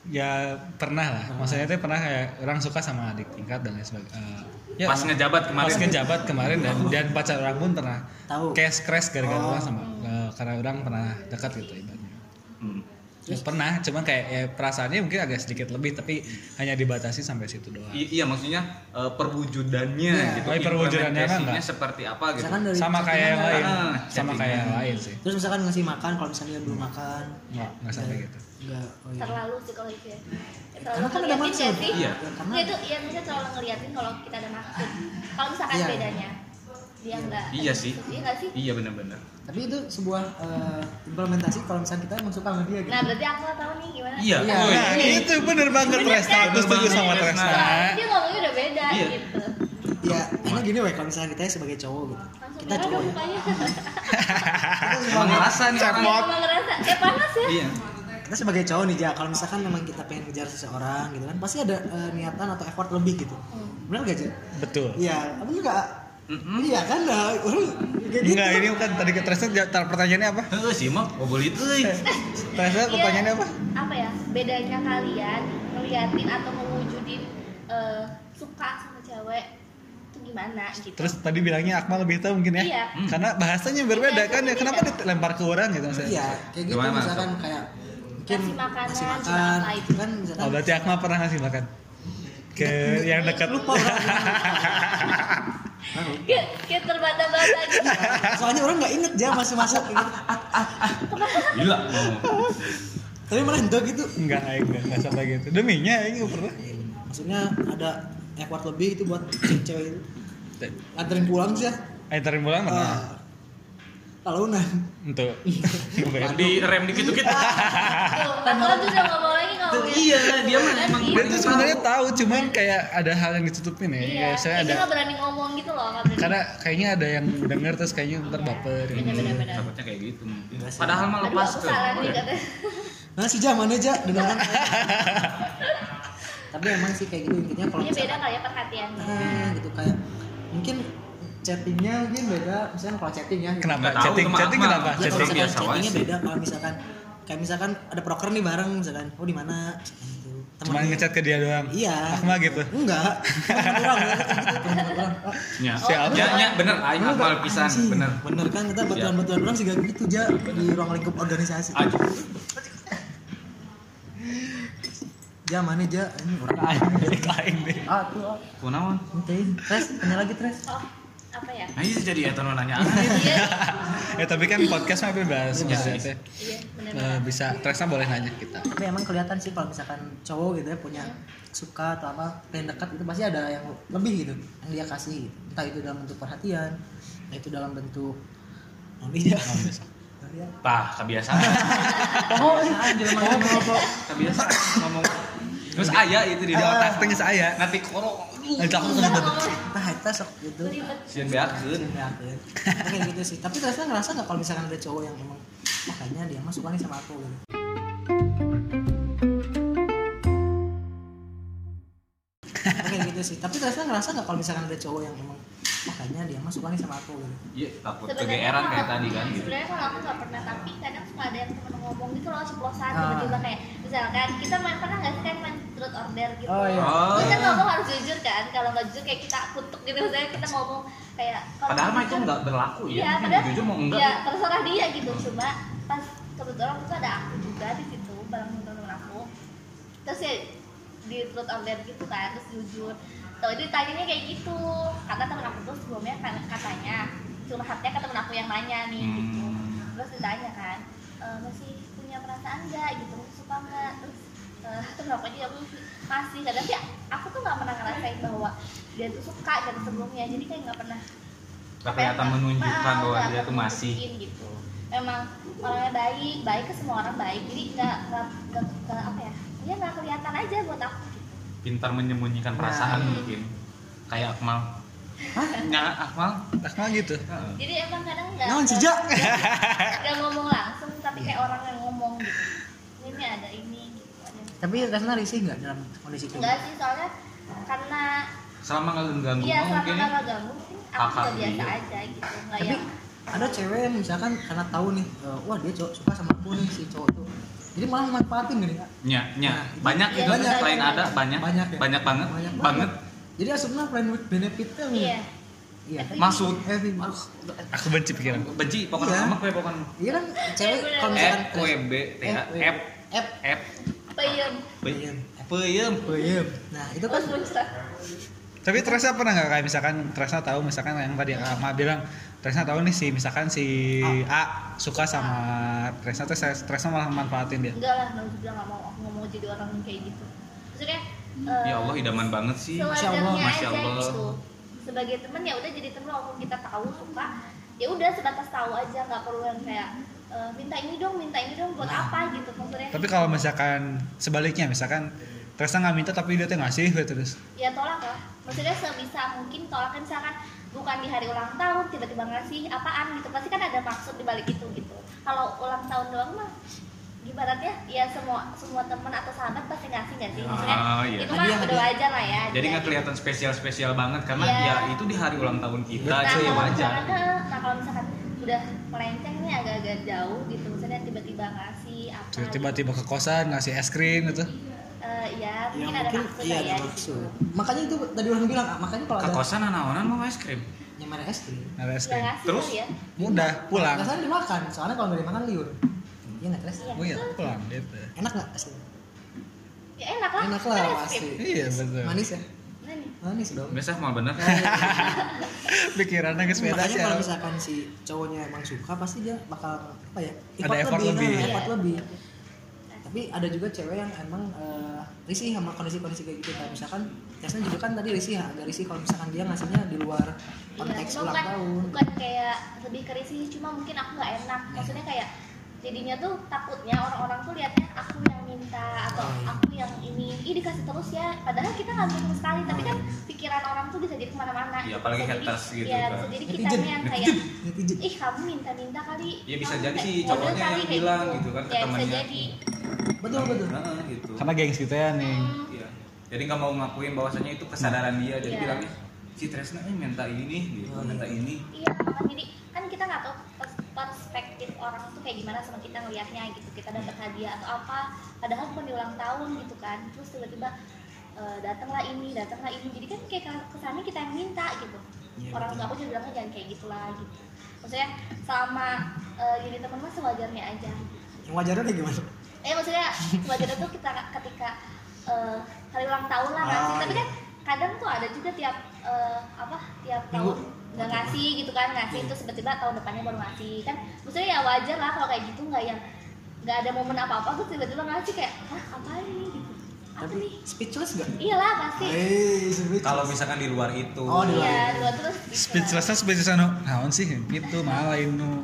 Speaker 1: Ya pernah lah, maksudnya itu pernah kayak orang suka sama adik tingkat dan lain sebagainya. Eh, ya,
Speaker 3: Pas ngejabat kemarin.
Speaker 1: pas ngejabat kemarin dan dan pacar orang pun pernah
Speaker 2: Tahu.
Speaker 1: crash crash gara-gara
Speaker 2: Oh.
Speaker 1: orang sama eh, karena orang pernah dekat gitu ibaratnya.
Speaker 3: Hmm.
Speaker 1: Ya, pernah, cuman kayak ya, perasaannya mungkin agak sedikit lebih, tapi hanya dibatasi sampai situ doang.
Speaker 3: I- iya maksudnya eh, perwujudannya
Speaker 2: Iya.
Speaker 3: gitu.
Speaker 1: Oh, iya, perwujudannya kan
Speaker 3: Implementasinya
Speaker 1: enggak.
Speaker 3: seperti apa gitu.
Speaker 2: Misalkan dari
Speaker 1: Sama kayak yang lain,
Speaker 3: Ah,
Speaker 1: sama
Speaker 3: chattingan.
Speaker 1: kayak yang lain sih.
Speaker 2: Terus misalkan ngasih makan kalau misalnya dia belum makan.
Speaker 1: Nggak, nggak sampai gitu.
Speaker 2: Enggak. Oh, iya.
Speaker 4: Terlalu sih kalau itu ya. Ya,
Speaker 2: Karena
Speaker 4: terlalu
Speaker 2: kan ada
Speaker 4: ngeliatin
Speaker 2: maksud.
Speaker 4: ya sih.
Speaker 3: Iya.
Speaker 2: Karena
Speaker 4: Ya, itu ya bisa terlalu ngeliatin kalau kita ada maksud. Kalau misalkan
Speaker 2: Iya.
Speaker 4: bedanya dia enggak.
Speaker 3: Iya sih.
Speaker 4: Iya enggak sih?
Speaker 3: Iya benar-benar.
Speaker 2: tapi itu sebuah eh, implementasi kalau misalnya kita emang suka sama dia gitu.
Speaker 4: Nah, berarti aku tahu nih gimana.
Speaker 3: Iya.
Speaker 2: Iya.
Speaker 3: Oh,
Speaker 1: Nah,
Speaker 3: iya.
Speaker 1: itu bener banget
Speaker 4: Bener
Speaker 1: Tresna,
Speaker 4: kan?
Speaker 1: aku setuju sama
Speaker 3: Bener banget,
Speaker 1: Tresna.
Speaker 3: Tresna.
Speaker 4: Dia ngomongnya udah beda
Speaker 3: Iya.
Speaker 4: gitu.
Speaker 2: Ya, ini gini weh kalau misalnya kita sebagai cowok gitu.
Speaker 4: Langsung
Speaker 2: Kita
Speaker 4: merah
Speaker 2: cowok
Speaker 4: dong
Speaker 2: ya.
Speaker 4: mukanya.
Speaker 2: Kita
Speaker 3: Emang
Speaker 2: sebagai,
Speaker 3: ngerasa nih orang.
Speaker 4: Emang ngerasa kayak panas ya.
Speaker 3: Iya.
Speaker 2: kita sebagai cowok nih Ja, kalau misalkan memang kita pengen ngejar seseorang gitu kan, pasti ada eh, niatan atau effort lebih gitu. Benar gak Ja?
Speaker 1: Betul.
Speaker 2: Iya, apa enggak?
Speaker 3: Mm-mm.
Speaker 2: Iya kan dah, orang kayak gitu.
Speaker 1: Enggak, ini bukan tadi ke Tresna, ja- tar- pertanyaannya apa?
Speaker 3: Heeh sih mah ngobrol itu euy.
Speaker 1: Tresna pertanyaannya apa?
Speaker 4: Apa ya? Bedanya kalian ngeliatin atau mewujudin eh, suka sama cewek itu gimana gitu.
Speaker 1: Terus tadi bilangnya Akmal lebih tahu mungkin ya?
Speaker 4: Iya.
Speaker 3: Hmm.
Speaker 1: Karena bahasanya berbeda
Speaker 4: Iya,
Speaker 1: kan ya,
Speaker 4: beda.
Speaker 1: kenapa dilempar ke orang gitu maksudnya?
Speaker 2: Iya, kayak gitu
Speaker 3: Gimana,
Speaker 2: misalkan kayak mungkin
Speaker 4: Kasih makanan,
Speaker 2: kasih
Speaker 4: cuma
Speaker 2: makan,
Speaker 4: apa
Speaker 2: itu
Speaker 4: itu.
Speaker 2: kan misalkan
Speaker 1: Oh, berarti Akmal pernah ngasih makan ke yang dekat.
Speaker 2: lupa orang.
Speaker 4: kayak kayak terbata-bata gitu.
Speaker 2: Soalnya orang nggak inget dia masih masuk gitu.
Speaker 3: Gila mau.
Speaker 2: Tapi malah ento gitu.
Speaker 1: Enggak, enggak, enggak sampai gitu. Deminya ini enggak pernah.
Speaker 2: Maksudnya ada effort lebih itu buat cewek itu. Anterin pulang sih ya.
Speaker 1: Anterin pulang mana?
Speaker 2: Uh, tahunan.
Speaker 1: Untuk
Speaker 3: Di rem dikit gitu.
Speaker 4: Tuh, padahal tuh udah ngomong lagi ngomongin.
Speaker 3: Iya, dia mah emang
Speaker 1: dia tuh sebenarnya tahu, cuman kayak ada hal yang ditutupin ya.
Speaker 4: Iya,
Speaker 1: Kayak saya
Speaker 4: dia
Speaker 1: ada.
Speaker 4: nggak berani ngomong gitu loh, nggak berani.
Speaker 1: Karena kayaknya ada yang denger terus kayaknya ntar baper.
Speaker 4: Bener-bener.
Speaker 3: Takutnya kayak gitu mungkin. Padahal mah
Speaker 4: Aduh,
Speaker 3: lepas
Speaker 4: aku
Speaker 3: tuh.
Speaker 4: salah nih katanya.
Speaker 2: Nah si Jam mana aja dengeran. Tapi emang sih kayak gitu intinya kalau
Speaker 4: Ini beda kali ya perhatiannya.
Speaker 2: nah, gitu kayak mungkin chattingnya mungkin beda misalnya kalau chatting ya.
Speaker 1: Kenapa?
Speaker 3: Nggak tahu,
Speaker 1: Chatting,
Speaker 3: teman
Speaker 1: chatting
Speaker 3: aku
Speaker 1: kenapa?
Speaker 3: mah.
Speaker 2: Ya, kalau
Speaker 1: Chatting
Speaker 2: misalkan
Speaker 3: biasa
Speaker 2: chattingnya
Speaker 3: aja.
Speaker 2: beda kalau misalkan kayak misalkan ada proker nih bareng misalkan oh di mana gitu.
Speaker 1: Cuma ngechat ke dia doang.
Speaker 2: Iya.
Speaker 1: Aku mah gitu.
Speaker 2: Enggak. Teman orang ya, gitu teman orang. Oh,
Speaker 3: Ya,
Speaker 1: Siapa?
Speaker 3: ya, ya bener, aing hafal pisan,
Speaker 2: sih,
Speaker 3: bener.
Speaker 2: bener kan kita baturan-baturan orang sih gak gitu aja di ruang lingkup organisasi.
Speaker 3: Aduh.
Speaker 2: Ja mana ja ini orang
Speaker 1: Lain deh.
Speaker 2: ah tuh ah
Speaker 3: Kunaon?
Speaker 2: mintain tres tanya lagi tres
Speaker 4: Oh, apa ya?
Speaker 3: Nah, itu jadi eta nu nanya.
Speaker 4: Iya,
Speaker 1: Eh tapi kan podcast mah bebas
Speaker 2: Iya.
Speaker 1: maksudnya.
Speaker 4: iya,
Speaker 1: Eh,
Speaker 4: benar-benar.
Speaker 1: bisa Tresna boleh nanya kita.
Speaker 2: tapi emang kelihatan sih kalau misalkan cowok gitu ya punya suka atau apa pengen dekat itu pasti ada yang lebih gitu yang dia kasih gitu. Entah itu dalam bentuk perhatian entah itu dalam bentuk oh iya
Speaker 3: Tah, kebiasaan. Oh, jelema ngomong. Kebiasaan ngomong. Terus aya itu di
Speaker 1: Di
Speaker 3: otak
Speaker 1: otak teh geus aya.
Speaker 3: nanti koro.
Speaker 1: Nanti aku tuh
Speaker 2: nah itu sok gitu
Speaker 4: Ribet.
Speaker 3: Sieun beakeun.
Speaker 2: yakin kayak gitu sih tapi terasa ngerasa nggak kalau misalkan ada cowok yang emang oh, kayaknya dia mah suka nih sama aku gitu kayak gitu sih tapi terasa ngerasa nggak kalau misalkan ada cowok yang emang oh, kayaknya dia mah suka nih sama aku gitu
Speaker 3: Iya, takut
Speaker 4: Sebenarnya
Speaker 3: kegeeran kayak
Speaker 4: kalau-
Speaker 3: tadi kan gitu.
Speaker 4: Sebenarnya kalau aku nggak pernah, tapi kadang suka ada yang temen ngomong gitu loh ceplosan
Speaker 2: Ah.
Speaker 4: tiba-tiba kayak misalkan kita main pernah nggak sih kan main truth or dare gitu.
Speaker 2: Oh, iya.
Speaker 3: Oh.
Speaker 4: Terus kan ngomong harus jujur kan, kalau nggak jujur kayak kita kutuk gitu misalnya kita ngomong kayak kalau
Speaker 3: Padahal mah itu
Speaker 4: jujur-
Speaker 3: nggak berlaku ya.
Speaker 4: Iya,
Speaker 3: Mungkin
Speaker 4: padahal
Speaker 3: jujur mau enggak.
Speaker 4: ya terserah dia gitu. Cuma pas kebetulan itu ada aku juga di situ bareng temen aku. Terus ya di truth or dare gitu kan, terus jujur. Tuh itu ditanyanya kayak gitu, karena temen aku tuh sebelumnya kan katanya curhatnya ke temen aku yang nanya nih gitu.
Speaker 3: Hmm.
Speaker 4: Terus ditanya kan, e, masih punya perasaan nggak gitu, masih suka nggak? Terus uh, temen aku aja aku masih kadang sih aku tuh nggak pernah ngerasain bahwa dia tuh suka dari sebelumnya, jadi kayak nggak pernah
Speaker 3: Nggak kelihatan menunjukkan
Speaker 4: Nah,
Speaker 3: bahwa
Speaker 4: nggak
Speaker 3: dia tuh
Speaker 4: aku
Speaker 3: masih.
Speaker 4: tunjukin gitu. Emang orangnya baik, baik ke semua orang baik, jadi nggak nggak nggak nggak- apa ya? Ya nggak kelihatan aja buat aku gitu.
Speaker 3: Pintar menyembunyikan perasaan
Speaker 4: Nah.
Speaker 3: mungkin. Kayak Akmal. Ya, Akmal.
Speaker 1: Akmal gitu.
Speaker 4: Jadi emang kadang nggak
Speaker 2: Naon sih,
Speaker 4: nggak-
Speaker 2: Ja?
Speaker 4: nggak- nggak ngomong langsung, tapi kayak orang yang ngomong gitu. Ini ada ini gitu. Ada.
Speaker 2: tapi rasanya risih nggak dalam kondisi itu
Speaker 4: Enggak sih, soalnya karena
Speaker 3: Selama nggak ganggu
Speaker 4: iya
Speaker 3: mah
Speaker 4: selama
Speaker 3: mungkin.
Speaker 4: nggak ganggu mungkin aku
Speaker 3: Hak-hak
Speaker 4: juga biasa
Speaker 3: dia.
Speaker 4: aja gitu, nggak
Speaker 2: tapi
Speaker 4: yang
Speaker 2: ada cewek yang misalkan karena tahu nih eh, wah dia cowok suka sama aku nih si cowok tuh jadi malah manfaatin gini Kak.
Speaker 3: Nya, nya.
Speaker 2: Nah, itu-
Speaker 3: Banyak
Speaker 4: Iya,
Speaker 3: itu
Speaker 4: banyak.
Speaker 3: selain ada banyak.
Speaker 2: Banyak ya?
Speaker 3: Banyak banget.
Speaker 2: Banyak
Speaker 3: Banget.
Speaker 2: jadi asupnya friend with benefitnya
Speaker 4: iya.
Speaker 2: iya
Speaker 3: Maksud
Speaker 2: heavy
Speaker 1: Aku benci pikiran.
Speaker 3: benci pokoknya
Speaker 2: Iya.
Speaker 3: sama kue pokoknya.
Speaker 2: iya kan cewek
Speaker 4: bener.
Speaker 2: kalau
Speaker 3: F
Speaker 2: misalkan
Speaker 3: Q B T H F
Speaker 2: F
Speaker 3: F
Speaker 4: Peyem,
Speaker 2: Peyem.
Speaker 3: Peyem.
Speaker 2: Peyem. Nah itu kan
Speaker 4: terus muncrat.
Speaker 1: Tapi Tresna pernah nggak kayak misalkan Tresna tahu misalkan yang tadi Kak Akmal bilang Tresna tahu nih si misalkan si A suka sama Tresna terus Tresna malah manfaatin dia.
Speaker 4: Enggak lah, nggak juga nggak mau aku nggak mau jadi orang yang kayak gitu. Maksudnya eh,
Speaker 3: Ya Allah idaman banget sih.
Speaker 2: Masya Allah,
Speaker 4: sewajarnya
Speaker 3: Masya
Speaker 4: aja
Speaker 3: Allah.
Speaker 4: gitu. Sebagai teman ya udah jadi teman, walaupun kita tahu suka, ya udah sebatas tahu aja, nggak perlu yang kayak eh, minta ini dong, minta ini dong buat apa gitu maksudnya.
Speaker 1: Tapi kalau misalkan sebaliknya misalkan Tresna nggak minta tapi dia tuh ngasih gitu terus.
Speaker 4: Ya tolak lah, maksudnya sebisa mungkin tolak. Misalkan bukan di hari ulang tahun tiba-tiba ngasih apaan gitu, pasti kan ada maksud di balik itu gitu. Kalau ulang tahun doang mah ibaratnya ya semua semua teman atau sahabat pasti ngasih nggak sih, maksudnya
Speaker 3: Ah, iya.
Speaker 4: itu mah
Speaker 2: Hadiah,
Speaker 4: udah
Speaker 2: hadiah.
Speaker 4: wajar lah ya.
Speaker 3: Jadi
Speaker 4: Dia
Speaker 3: nggak
Speaker 4: gitu.
Speaker 3: kelihatan spesial-spesial banget karena
Speaker 4: Iya.
Speaker 3: ya itu di hari ulang tahun kita
Speaker 4: Nah,
Speaker 3: jadi
Speaker 4: kalau
Speaker 3: wajar.
Speaker 4: misalkan, eh, nah kalau misalkan udah melenceng nih agak-agak jauh gitu, misalnya tiba-tiba ngasih apa
Speaker 1: Tiba-tiba ke kosan ngasih es krim gitu.
Speaker 4: eh, ya
Speaker 2: ya
Speaker 4: mungkin ada
Speaker 2: mungkin
Speaker 4: maksud
Speaker 2: iya
Speaker 4: lah ya
Speaker 2: ada
Speaker 4: di
Speaker 2: maksud
Speaker 4: situ.
Speaker 2: makanya itu tadi orang bilang ah, makanya kalau
Speaker 3: Ke
Speaker 2: ada
Speaker 3: kosan anak-anak mau es krim.
Speaker 2: yang mana es krim
Speaker 1: Ada es
Speaker 4: Nggak
Speaker 1: krim.
Speaker 4: ngasih
Speaker 3: Terus?
Speaker 4: kali ya.
Speaker 1: Mudah pulang.
Speaker 2: rasanya dimakan soalnya kalau nggak dimakan liur iya nggak tres
Speaker 4: Iya.
Speaker 1: Oh iya pulang gitu.
Speaker 2: enak nggak es krim
Speaker 4: Ya enak lah,
Speaker 2: enak
Speaker 4: kan
Speaker 2: lah
Speaker 4: es
Speaker 2: pasti
Speaker 4: krim.
Speaker 1: Iya betul.
Speaker 2: manis ya
Speaker 4: Nah nih,
Speaker 2: manis dong.
Speaker 3: Biasa mal bener.
Speaker 1: Pikirannya ke sepeda
Speaker 2: Makanya
Speaker 1: sih.
Speaker 2: kalau misalkan si cowoknya emang suka pasti dia bakal apa ya?
Speaker 1: Ada effort lebih.
Speaker 2: nah, effort
Speaker 4: Iya.
Speaker 2: lebih. Tapi ada juga cewek yang emang eh, risih sama kondisi-kondisi kayak gitu. Kayak misalkan Tesna juga kan tadi risih, agak risih kalau misalkan dia ngasihnya di luar konteks
Speaker 4: Iya, cuma
Speaker 2: ulang
Speaker 4: bukan,
Speaker 2: tahun.
Speaker 4: bukan kayak lebih ke risih, cuma mungkin aku nggak enak. Maksudnya kayak jadinya tuh takutnya orang-orang tuh liatnya aku yang minta atau
Speaker 2: Oh, iya.
Speaker 4: aku yang ini, ih dikasih terus ya. Padahal kita nggak minta sama sekali, tapi kan pikiran orang tuh bisa jadi kemana-mana.
Speaker 3: Iya, apalagi
Speaker 4: Bisa jadi-
Speaker 3: haters gitu
Speaker 4: Iya,
Speaker 3: kan.
Speaker 4: bisa jadi
Speaker 2: Netizen,
Speaker 4: kitanya yang kayak,
Speaker 2: Netizen.
Speaker 4: ih kamu minta-minta kali.
Speaker 3: Iya, bisa
Speaker 4: kamu
Speaker 3: jadi
Speaker 4: kayak
Speaker 3: sih
Speaker 4: model
Speaker 3: cowoknya
Speaker 4: kali,
Speaker 3: yang
Speaker 4: kayak
Speaker 3: bilang gitu kan ke
Speaker 4: Ya bisa
Speaker 3: temannya.
Speaker 4: jadi.
Speaker 2: Betul betul.
Speaker 3: Heeh, gitu.
Speaker 1: Karena gengs gitu ya nih.
Speaker 4: Hmm,
Speaker 3: Iya. Jadi nggak mau ngakuin bahwasanya itu kesadaran dia. Jadi
Speaker 4: Iya.
Speaker 3: bilangnya si Tresna eh minta ini nih, gitu,
Speaker 2: Oh, iya.
Speaker 3: minta ini.
Speaker 4: Iya, makanya jadi kan kita nggak tahu pers- perspektif orang tuh kayak gimana sama kita ngelihatnya gitu. Kita dapat hadiah atau apa, padahal bukan di ulang tahun gitu kan. Terus tiba-tiba eh, datanglah ini, datanglah ini. Jadi kan kayak kesannya kita yang minta gitu.
Speaker 2: Iya,
Speaker 4: Orang tua aku juga bilangnya jangan kayak gitulah gitu. Maksudnya selama eh, jadi teman mah sewajarnya aja.
Speaker 2: Yang wajarnya kayak gimana?
Speaker 4: Eh maksudnya sewajarnya tuh kita ketika eh, hari ulang tahun lah ngasih.
Speaker 2: Ah,
Speaker 4: Tapi
Speaker 2: iya.
Speaker 4: kan kadang tuh ada juga tiap eh, apa tiap
Speaker 2: Minggu.
Speaker 4: tahun nggak ngasih gitu kan, ngasih
Speaker 2: Iya.
Speaker 4: terus tiba-tiba tahun depannya baru ngasih kan. Maksudnya ya wajar lah kalau kayak gitu, nggak yang nggak ada momen apa-apa tuh tiba-tiba ngasih kayak ah apa ini gitu. Apa
Speaker 2: Tapi
Speaker 4: nih?
Speaker 2: speechless gak?
Speaker 4: Iyalah pasti.
Speaker 2: Eh, speechless.
Speaker 3: Kalau misalkan di luar itu.
Speaker 2: Oh, di luar.
Speaker 4: Iya, dua terus.
Speaker 1: Speechless speechless anu. Naon sih gitu malah nu.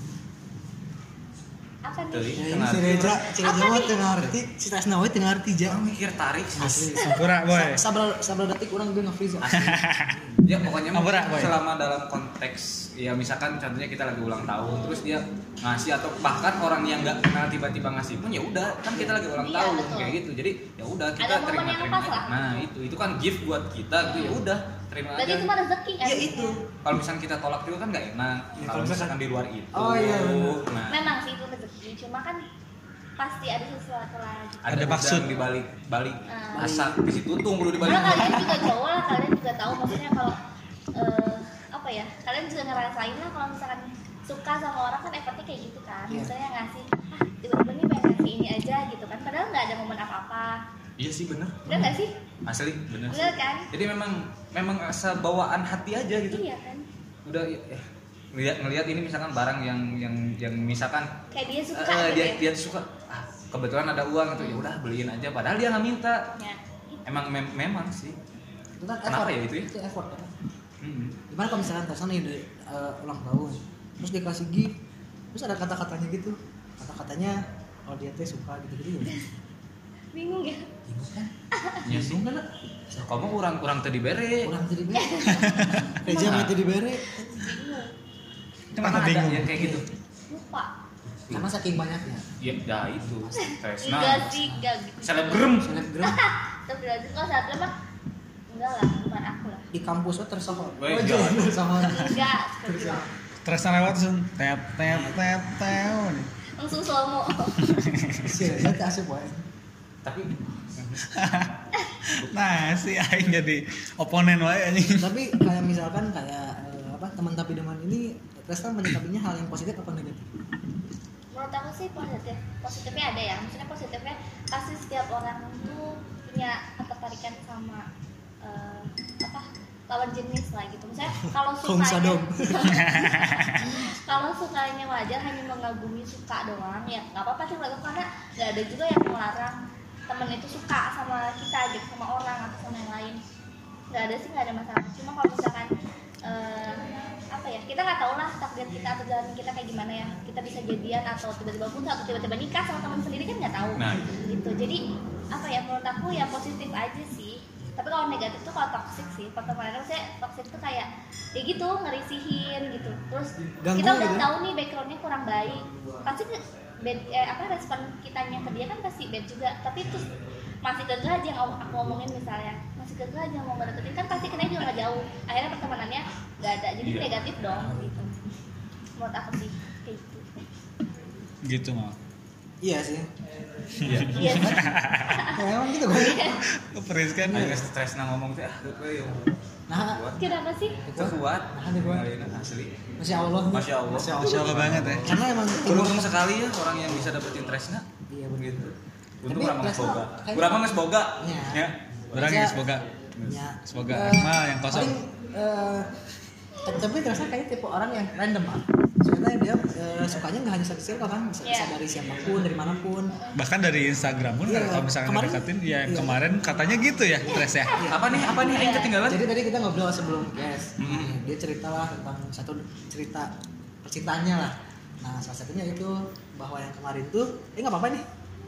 Speaker 4: Apa
Speaker 3: Tuh,
Speaker 4: nih?
Speaker 2: Ya, ini si Reja, si Reja mah tengah ngerti, si Tesna we tengah ngerti ja.
Speaker 3: Orang mikir tarik sih.
Speaker 2: Asli.
Speaker 1: Sampura boy.
Speaker 2: Sa- Sabar sabar detik orang dia nge-freeze.
Speaker 3: Ya pokoknya
Speaker 1: Ampura, boy.
Speaker 3: selama dalam konteks ya misalkan contohnya kita lagi ulang tahun terus dia ngasih atau bahkan orang yang nggak kenal tiba-tiba ngasih pun ya udah kan kita lagi ulang
Speaker 4: Iya,
Speaker 3: tahun
Speaker 4: betul.
Speaker 3: kayak gitu jadi ya udah kita
Speaker 4: Ada momen
Speaker 3: terima
Speaker 4: yang
Speaker 3: terima
Speaker 4: pas lah.
Speaker 3: nah itu itu kan gift buat kita gitu ya udah terima
Speaker 4: Berarti
Speaker 3: aja
Speaker 4: itu mah rezeki kan?
Speaker 3: ya itu kalau misalkan kita tolak juga kan nggak enak
Speaker 2: Ya,
Speaker 3: kalau
Speaker 2: kalau
Speaker 3: misalkan di luar itu
Speaker 2: Oh, iya, benar.
Speaker 3: nah
Speaker 4: Memang sih itu rezeki, cuma kan pasti ada sesuatu lagi.
Speaker 3: ada,
Speaker 1: Ada maksud.
Speaker 3: di balik balik
Speaker 4: Ah.
Speaker 3: asa di situ tuh kudu di balik
Speaker 4: Karena kalian juga cowok lah, kalian juga tahu maksudnya kalau eh, apa ya, kalian juga ngerasain lah kalau misalkan suka sama orang kan effortnya kayak gitu kan.
Speaker 2: Iya.
Speaker 4: Misalnya ngasih, ah tiba-tiba nih pengen ngasih ini aja gitu kan, padahal nggak ada momen apa-apa.
Speaker 3: iya sih bener
Speaker 4: Bener nggak sih?
Speaker 3: asli bener sih.
Speaker 4: Bener kan?
Speaker 3: Jadi memang memang asa bawaan hati aja gitu
Speaker 4: Iya kan?
Speaker 3: udah eh ngelihat ngelihat ini misalkan barang yang yang yang misalkan
Speaker 4: Kayak dia suka
Speaker 3: eh,
Speaker 4: gitu
Speaker 3: dia
Speaker 4: ya.
Speaker 3: dia suka ah, kebetulan ada uang gitu ya udah beliin aja padahal dia nggak minta
Speaker 4: Ya,
Speaker 3: emang mem- memang sih
Speaker 2: Itu kan
Speaker 3: Kenapa
Speaker 2: effort
Speaker 3: ya itu ya?
Speaker 2: Itu effort kan.
Speaker 3: hmm.
Speaker 2: Gimana kalau misalkan Tesna nih di, eh, ulang tahun, terus dikasih gift, terus ada kata-katanya gitu, kata-katanya kalau dia teh suka gitu-gitu ya.
Speaker 4: bingung ya.
Speaker 2: Bingung kan?
Speaker 3: ya sih kamu kurang kurang tadi bere
Speaker 2: Orang jadi bere. Reja mah jadi bere.
Speaker 4: Bingung.
Speaker 1: Kenapa
Speaker 3: ada
Speaker 1: bingung?
Speaker 3: yang kayak gitu
Speaker 4: Lupa.
Speaker 2: Karena saking banyaknya.
Speaker 3: ya dah itu
Speaker 4: Enggak
Speaker 3: Tresna
Speaker 4: sih, enggak gitu.
Speaker 3: selebgram
Speaker 2: Selebgram
Speaker 4: Tapi berarti kalau saat itu mah enggak lah, bukan aku lah.
Speaker 2: di kampus tuh tersohor.
Speaker 3: Weh,
Speaker 2: Oh,
Speaker 3: jangan.
Speaker 2: jangan tersohor.
Speaker 4: Enggak, seperti itu.
Speaker 1: Terus lewat langsung tep tep tep tep.
Speaker 4: Langsung slow-mo.
Speaker 2: Si Reja teh asup wae.
Speaker 3: tapi
Speaker 1: Nah, si aing jadi oponen wae anjing.
Speaker 2: Tapi kayak misalkan kayak eh, apa teman tapi teman ini Tesna menyikapinya hal yang positif apa negatif?
Speaker 4: Menurut aku sih positif. Positifnya ada ya. Maksudnya positifnya pasti setiap orang tuh punya ketertarikan sama eh, apa lawan jenis lah gitu. Misalnya kalau
Speaker 2: Kongsa
Speaker 4: sukanya
Speaker 2: dong.
Speaker 4: kalau sukanya wajar hanya mengagumi suka doang ya nggak apa-apa sih kalau karena nggak ada juga yang melarang temen itu suka sama kita gitu sama orang atau sama yang lain. Nggak ada sih, nggak ada masalah. Cuma kalau misalkan eh, apa ya, kita nggak tahu lah takdir kita atau jalan kita kayak gimana ya. Kita bisa jadian atau tiba-tiba putus atau tiba-tiba nikah sama teman sendiri kan nggak tahu.
Speaker 3: Nah.
Speaker 4: Gitu. Jadi apa ya, menurut aku ya positif aja sih. Tapi kalau negatif tuh kalau toxic sih, pertemanan saya toxic tuh kayak ya gitu ngerisihin gitu. Terus
Speaker 2: Ganggu
Speaker 4: kita udah
Speaker 2: gitu.
Speaker 4: tahu nih backgroundnya kurang baik, pasti ke- bad, eh, apa respon kitanya ke dia kan pasti bad juga. Tapi terus masih kegel aja yang aku ngomongin misalnya, masih kegel aja mau ngedeketin kan pasti kena juga nggak jauh. Akhirnya pertemanannya nggak ada, jadi
Speaker 3: Iya.
Speaker 4: negatif dong gitu. Menurut aku sih kayak gitu.
Speaker 1: Gitu mah.
Speaker 2: Iya sih.
Speaker 3: iya
Speaker 4: Iya sih.
Speaker 2: Ya, emang gitu kan.
Speaker 1: Keperis kan.
Speaker 3: ayo nggak stres nah ngomong teh ah gue
Speaker 2: Nah,
Speaker 3: kuat
Speaker 4: Kenapa sih?
Speaker 3: itu kuat
Speaker 2: Nah, ini gua.
Speaker 3: Ngalina, asli
Speaker 2: Masya Allah.
Speaker 3: Masya Allah.
Speaker 1: Masya Allah banget ya.
Speaker 2: Karena emang
Speaker 3: beruntung sekali ya orang yang bisa dapetin Tresna
Speaker 2: Iya begitu.
Speaker 3: untuk
Speaker 2: Tapi
Speaker 3: orang mah
Speaker 2: Tresna
Speaker 3: boga
Speaker 2: kayaknya-
Speaker 3: urang mah geus boga
Speaker 2: Iya.
Speaker 3: ya
Speaker 1: Orang ya semoga
Speaker 2: Ya,
Speaker 1: semoga
Speaker 2: eh,
Speaker 1: Akmal yang kosong.
Speaker 2: paling, eh, tapi tapi terasa kayak tipe orang yang random ah. Soalnya dia eh, sukanya nggak hanya satu circle kan, bisa, bisa
Speaker 4: Iya.
Speaker 2: dari siapapun, dari manapun.
Speaker 1: Bahkan dari Instagram pun
Speaker 2: Iya,
Speaker 1: kalau misalnya
Speaker 2: kemarin-
Speaker 1: ngedeketin ya yang
Speaker 2: iya.
Speaker 1: kemarin katanya gitu ya, Tres ya.
Speaker 3: Apa nih? Apa nih? Aing ketinggalan.
Speaker 2: Jadi tadi kita ngobrol sebelum guys,
Speaker 3: Hmm.
Speaker 2: dia cerita lah tentang satu cerita percintaannya lah. Nah salah satunya itu bahwa yang kemarin tuh, eh nggak apa-apa nih.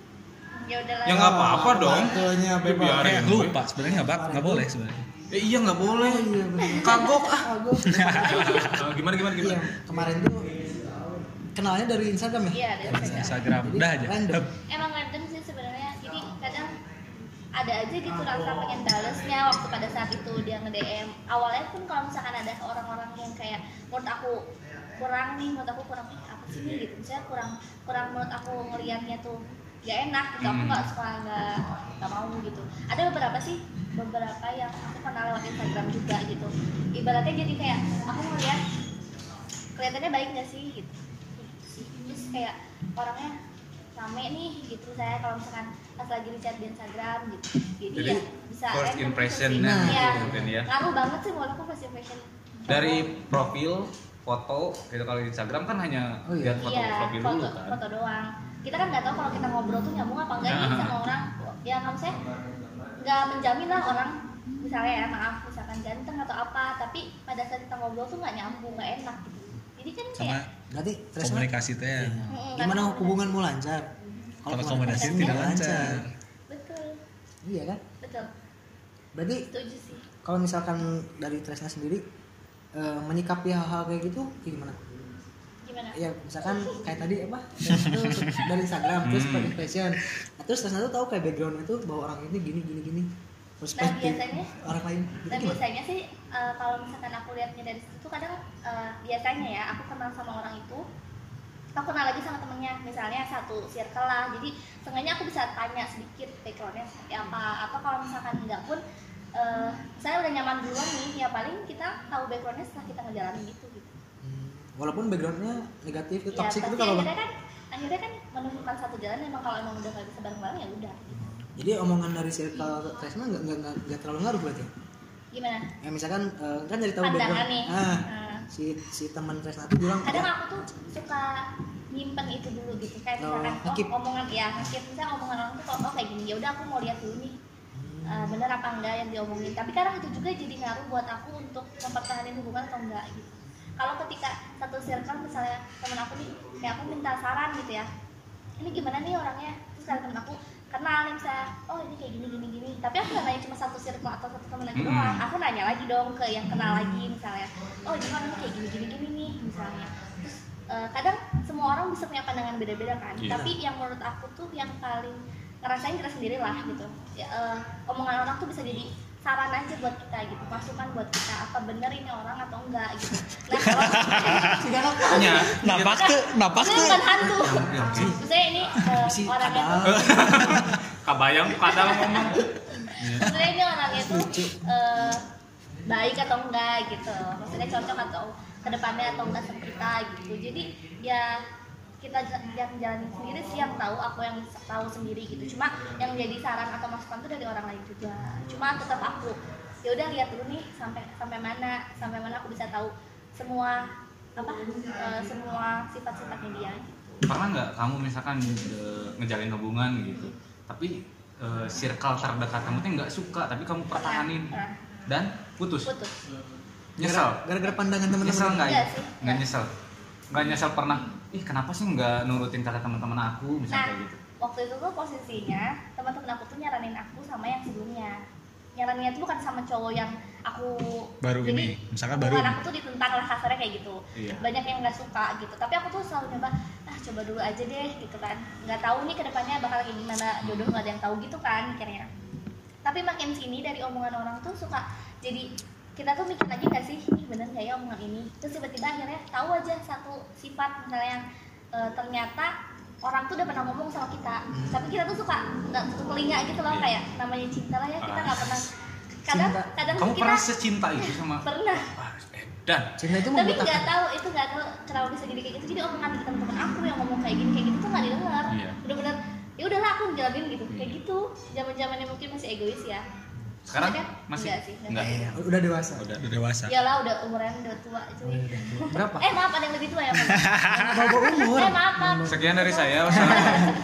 Speaker 4: Ya udahlah.
Speaker 3: Ya nggak apa-apa dong.
Speaker 2: Waktunya bebas.
Speaker 3: Biarin.
Speaker 1: Eh, lupa sebenarnya nggak bak nggak boleh sebenarnya.
Speaker 3: Eh, iya nggak boleh.
Speaker 2: Iya, bener.
Speaker 3: Kagok ah.
Speaker 2: Kagok.
Speaker 3: Eh, gimana gimana
Speaker 2: Iya,
Speaker 3: gimana?
Speaker 2: kemarin tuh kenalnya dari Instagram ya?
Speaker 4: Iya, dari Instagram.
Speaker 1: Instagram
Speaker 2: Jadi,
Speaker 1: udah aja.
Speaker 2: random.
Speaker 1: Hup.
Speaker 4: Emang random sih sebenarnya. Jadi kadang ada aja gitu rasa pengen balesnya waktu pada saat itu dia nge-D M. Awalnya pun kalau misalkan ada orang-orang yang kayak menurut aku kurang nih, menurut aku kurang nih apa sih nih gitu. Misalnya kurang kurang menurut aku ngelihatnya tuh gak enak gitu. Aku
Speaker 3: Hmm.
Speaker 4: nggak suka nggak nggak mau gitu. Ada beberapa sih beberapa yang aku kenal lewat Instagram juga gitu. Ibaratnya jadi kayak aku ngeliat kelihatannya baik nggak sih gitu. Terus kayak orangnya rame nih gitu saya kalau misalkan pas lagi di chat di Instagram gitu. Jadi,
Speaker 3: Jadi,
Speaker 4: ya bisa
Speaker 3: first
Speaker 4: random gitu
Speaker 3: impression-nya
Speaker 4: sih. Iya.
Speaker 3: gitu mungkin ya.
Speaker 4: Ngaruh banget sih menurut aku first impression.
Speaker 3: Dari profil foto gitu kalau di Instagram kan hanya
Speaker 2: Oh, iya.
Speaker 3: lihat foto
Speaker 4: Iya,
Speaker 3: profil
Speaker 4: foto,
Speaker 3: dulu kan.
Speaker 4: foto doang. Kita kan nggak tahu kalau kita ngobrol tuh nyambung apa enggak nih
Speaker 3: Nah.
Speaker 4: sama orang. Ya kamu saya nggak menjamin lah orang misalnya ya maaf misalkan ganteng atau apa, tapi pada saat kita ngobrol tuh nggak nyambung, nggak enak gitu. Jadi kan
Speaker 1: Sama
Speaker 4: kayak
Speaker 2: Berarti Tresna,
Speaker 1: komunikasi teh ya.
Speaker 4: Mm,
Speaker 2: gimana
Speaker 4: nggak-
Speaker 2: hubunganmu lancar?
Speaker 1: Kalau komunikasi tidak lancar.
Speaker 4: betul,
Speaker 2: Iya kan?
Speaker 4: betul.
Speaker 2: Berarti
Speaker 4: Setuju sih.
Speaker 2: kalau misalkan dari Tresna sendiri eh, menyikapi hal-hal kayak gitu gimana?
Speaker 4: Gimana?
Speaker 2: Ya misalkan kayak tadi apa? Itu dari Instagram terus
Speaker 3: Hmm.
Speaker 2: first impression. Nah, terus Tresna tuh tahu kayak background itu bahwa orang ini gini gini gini.
Speaker 4: Nah
Speaker 2: Perspektif
Speaker 4: biasanya
Speaker 2: orang lain. Itu
Speaker 4: Nah
Speaker 2: gimana?
Speaker 4: biasanya sih eh, kalau misalkan aku lihatnya dari situ kadang eh, biasanya ya aku kenal sama orang itu, aku kenal lagi sama temennya, misalnya satu circle lah, jadi seenggaknya aku bisa tanya sedikit backgroundnya seperti apa, atau kalau misalkan enggak pun eh, saya udah nyaman duluan nih, ya paling kita tahu backgroundnya setelah kita ngejalanin gitu gitu.
Speaker 2: Hmm, walaupun backgroundnya negatif itu
Speaker 4: Ya
Speaker 2: toxic itu
Speaker 4: pasti
Speaker 2: kalau
Speaker 4: akhirnya kan akhirnya kan menemukan satu jalan, emang kalau emang udah gak bisa bareng-bareng ya udah. Gitu.
Speaker 2: jadi omongan dari circle Tresna nggak nggak nggak- nggak terlalu ngaruh berarti.
Speaker 4: Gimana?
Speaker 2: Ya misalkan eh, kan dari tahu
Speaker 4: Pandangan
Speaker 2: background.
Speaker 4: nih.
Speaker 2: Ah,
Speaker 4: Nah.
Speaker 2: si si teman Tresna tuh bilang
Speaker 4: Kadang
Speaker 2: ya,
Speaker 4: aku tuh suka nyimpen itu dulu gitu kayak
Speaker 2: Oh,
Speaker 4: misalkan oh,
Speaker 2: ngekip.
Speaker 4: omongan ya ngekip misalnya omongan orang tuh kok oh kayak gini ya udah aku mau lihat dulu nih
Speaker 2: hmm,
Speaker 4: uh, bener apa enggak yang diomongin, tapi kadang itu juga jadi ngaruh buat aku untuk mempertahankan hubungan atau enggak gitu. Kalau ketika satu circle misalnya temen aku nih kayak aku minta saran gitu ya, ini gimana nih orangnya, terus kalau temen aku kenal nih misalnya oh ini kayak gini gini gini, tapi aku nggak nanya cuma satu circle atau satu temen aja
Speaker 3: Hmm.
Speaker 4: doang, aku nanya lagi dong ke yang kenal lagi misalnya oh ini orangnya kayak gini gini gini nih misalnya. Terus uh, kadang semua orang bisa punya pandangan beda-beda kan,
Speaker 3: Iya.
Speaker 4: tapi yang menurut aku tuh yang paling ngerasain kita sendiri lah gitu ya, uh, omongan orang tuh bisa jadi saran aja buat kita gitu, masukan buat kita apa bener ini orang atau enggak gitu. Nah kalau
Speaker 3: Nya,
Speaker 1: Napak tuh, napak
Speaker 4: itu
Speaker 1: tuh.
Speaker 4: bukan hantu, maksudnya ini uh,
Speaker 2: si
Speaker 4: orangnya
Speaker 2: kadal.
Speaker 4: tuh
Speaker 3: kabayang kadang ngomong.
Speaker 4: maksudnya ini orangnya tuh uh, baik atau enggak gitu, maksudnya cocok atau kedepannya atau enggak sama kita gitu. Jadi ya kita j- yang jalanin sendiri sih yang tahu, aku yang tahu sendiri gitu. Cuma yang jadi saran atau masukan tuh dari orang lain juga. Cuma tetap aku ya udah lihat dulu nih sampai sampai mana sampai mana aku bisa tahu semua apa uh, semua sifat-sifatnya dia.
Speaker 3: Pernah nggak kamu misalkan eh, ngejalin hubungan gitu, tapi eh, circle terdekat kamu tuh nggak suka, tapi kamu pertahanin
Speaker 4: Pernah.
Speaker 3: dan putus.
Speaker 4: Putus.
Speaker 3: Nyesel?
Speaker 2: Gara-gara pandangan teman-teman.
Speaker 3: Nyesel nggak ya?
Speaker 4: Nggak sih,
Speaker 3: Nggak
Speaker 4: nggak.
Speaker 3: nyesel. Nggak nyesel pernah. Ih kenapa sih nggak nurutin kata teman-teman aku misalnya
Speaker 4: Nah,
Speaker 3: kayak gitu?
Speaker 4: waktu itu tuh posisinya teman-teman aku tuh nyaranin aku sama yang sebelumnya. Nyaraninnya tuh bukan sama cowok yang aku
Speaker 1: Baru
Speaker 4: jadi,
Speaker 1: ini, misalkan baru
Speaker 4: hubungan
Speaker 1: ini.
Speaker 4: aku tuh ditentang lah kasarnya kayak gitu.
Speaker 3: Iya.
Speaker 4: Banyak yang nggak suka gitu. Tapi aku tuh selalu nyoba, ah coba dulu aja deh gitu kan. Nggak tahu nih kedepannya bakal kayak gimana, jodoh nggak ada yang tahu gitu kan mikirnya. Tapi makin sini dari omongan orang tuh suka jadi kita tuh mikir lagi nggak sih ini bener nggak ya omongan ini, terus tiba-tiba akhirnya tahu aja satu sifat misalnya yang e, ternyata orang tuh udah pernah ngomong sama kita, tapi kita tuh suka nggak tutup telinga gitu loh, kayak namanya cinta lah ya, kita nggak pernah kadang
Speaker 2: Cinta.
Speaker 4: kadang
Speaker 3: Kamu
Speaker 4: tuh kita
Speaker 3: pernah secinta itu sama?
Speaker 4: pernah,
Speaker 3: Wah, eh, dan
Speaker 2: Cinta itu
Speaker 4: tapi
Speaker 2: membutakan.
Speaker 4: nggak tahu itu nggak tahu kenapa bisa jadi kayak gitu. Jadi omongan teman-teman aku yang ngomong kayak gini kayak gitu tuh nggak didengar,
Speaker 3: Iya.
Speaker 4: bener-bener ya udahlah aku jalanin gitu
Speaker 3: Hmm.
Speaker 4: kayak gitu. Zaman-zamannya mungkin masih egois ya.
Speaker 3: Sekarang
Speaker 4: Maksudnya,
Speaker 3: masih
Speaker 4: enggak sih, enggak.
Speaker 3: enggak.
Speaker 2: Eh, udah dewasa.
Speaker 3: Udah.
Speaker 1: Udah dewasa.
Speaker 4: Iyalah udah umurnya udah tua cuy.
Speaker 2: Udah, udah, udah. Berapa?
Speaker 4: Eh maaf ada yang lebih tua ya Mas.
Speaker 2: Bawa umur.
Speaker 4: Eh maaf maaf.
Speaker 3: Sekian dari saya. Wassalamualaikum.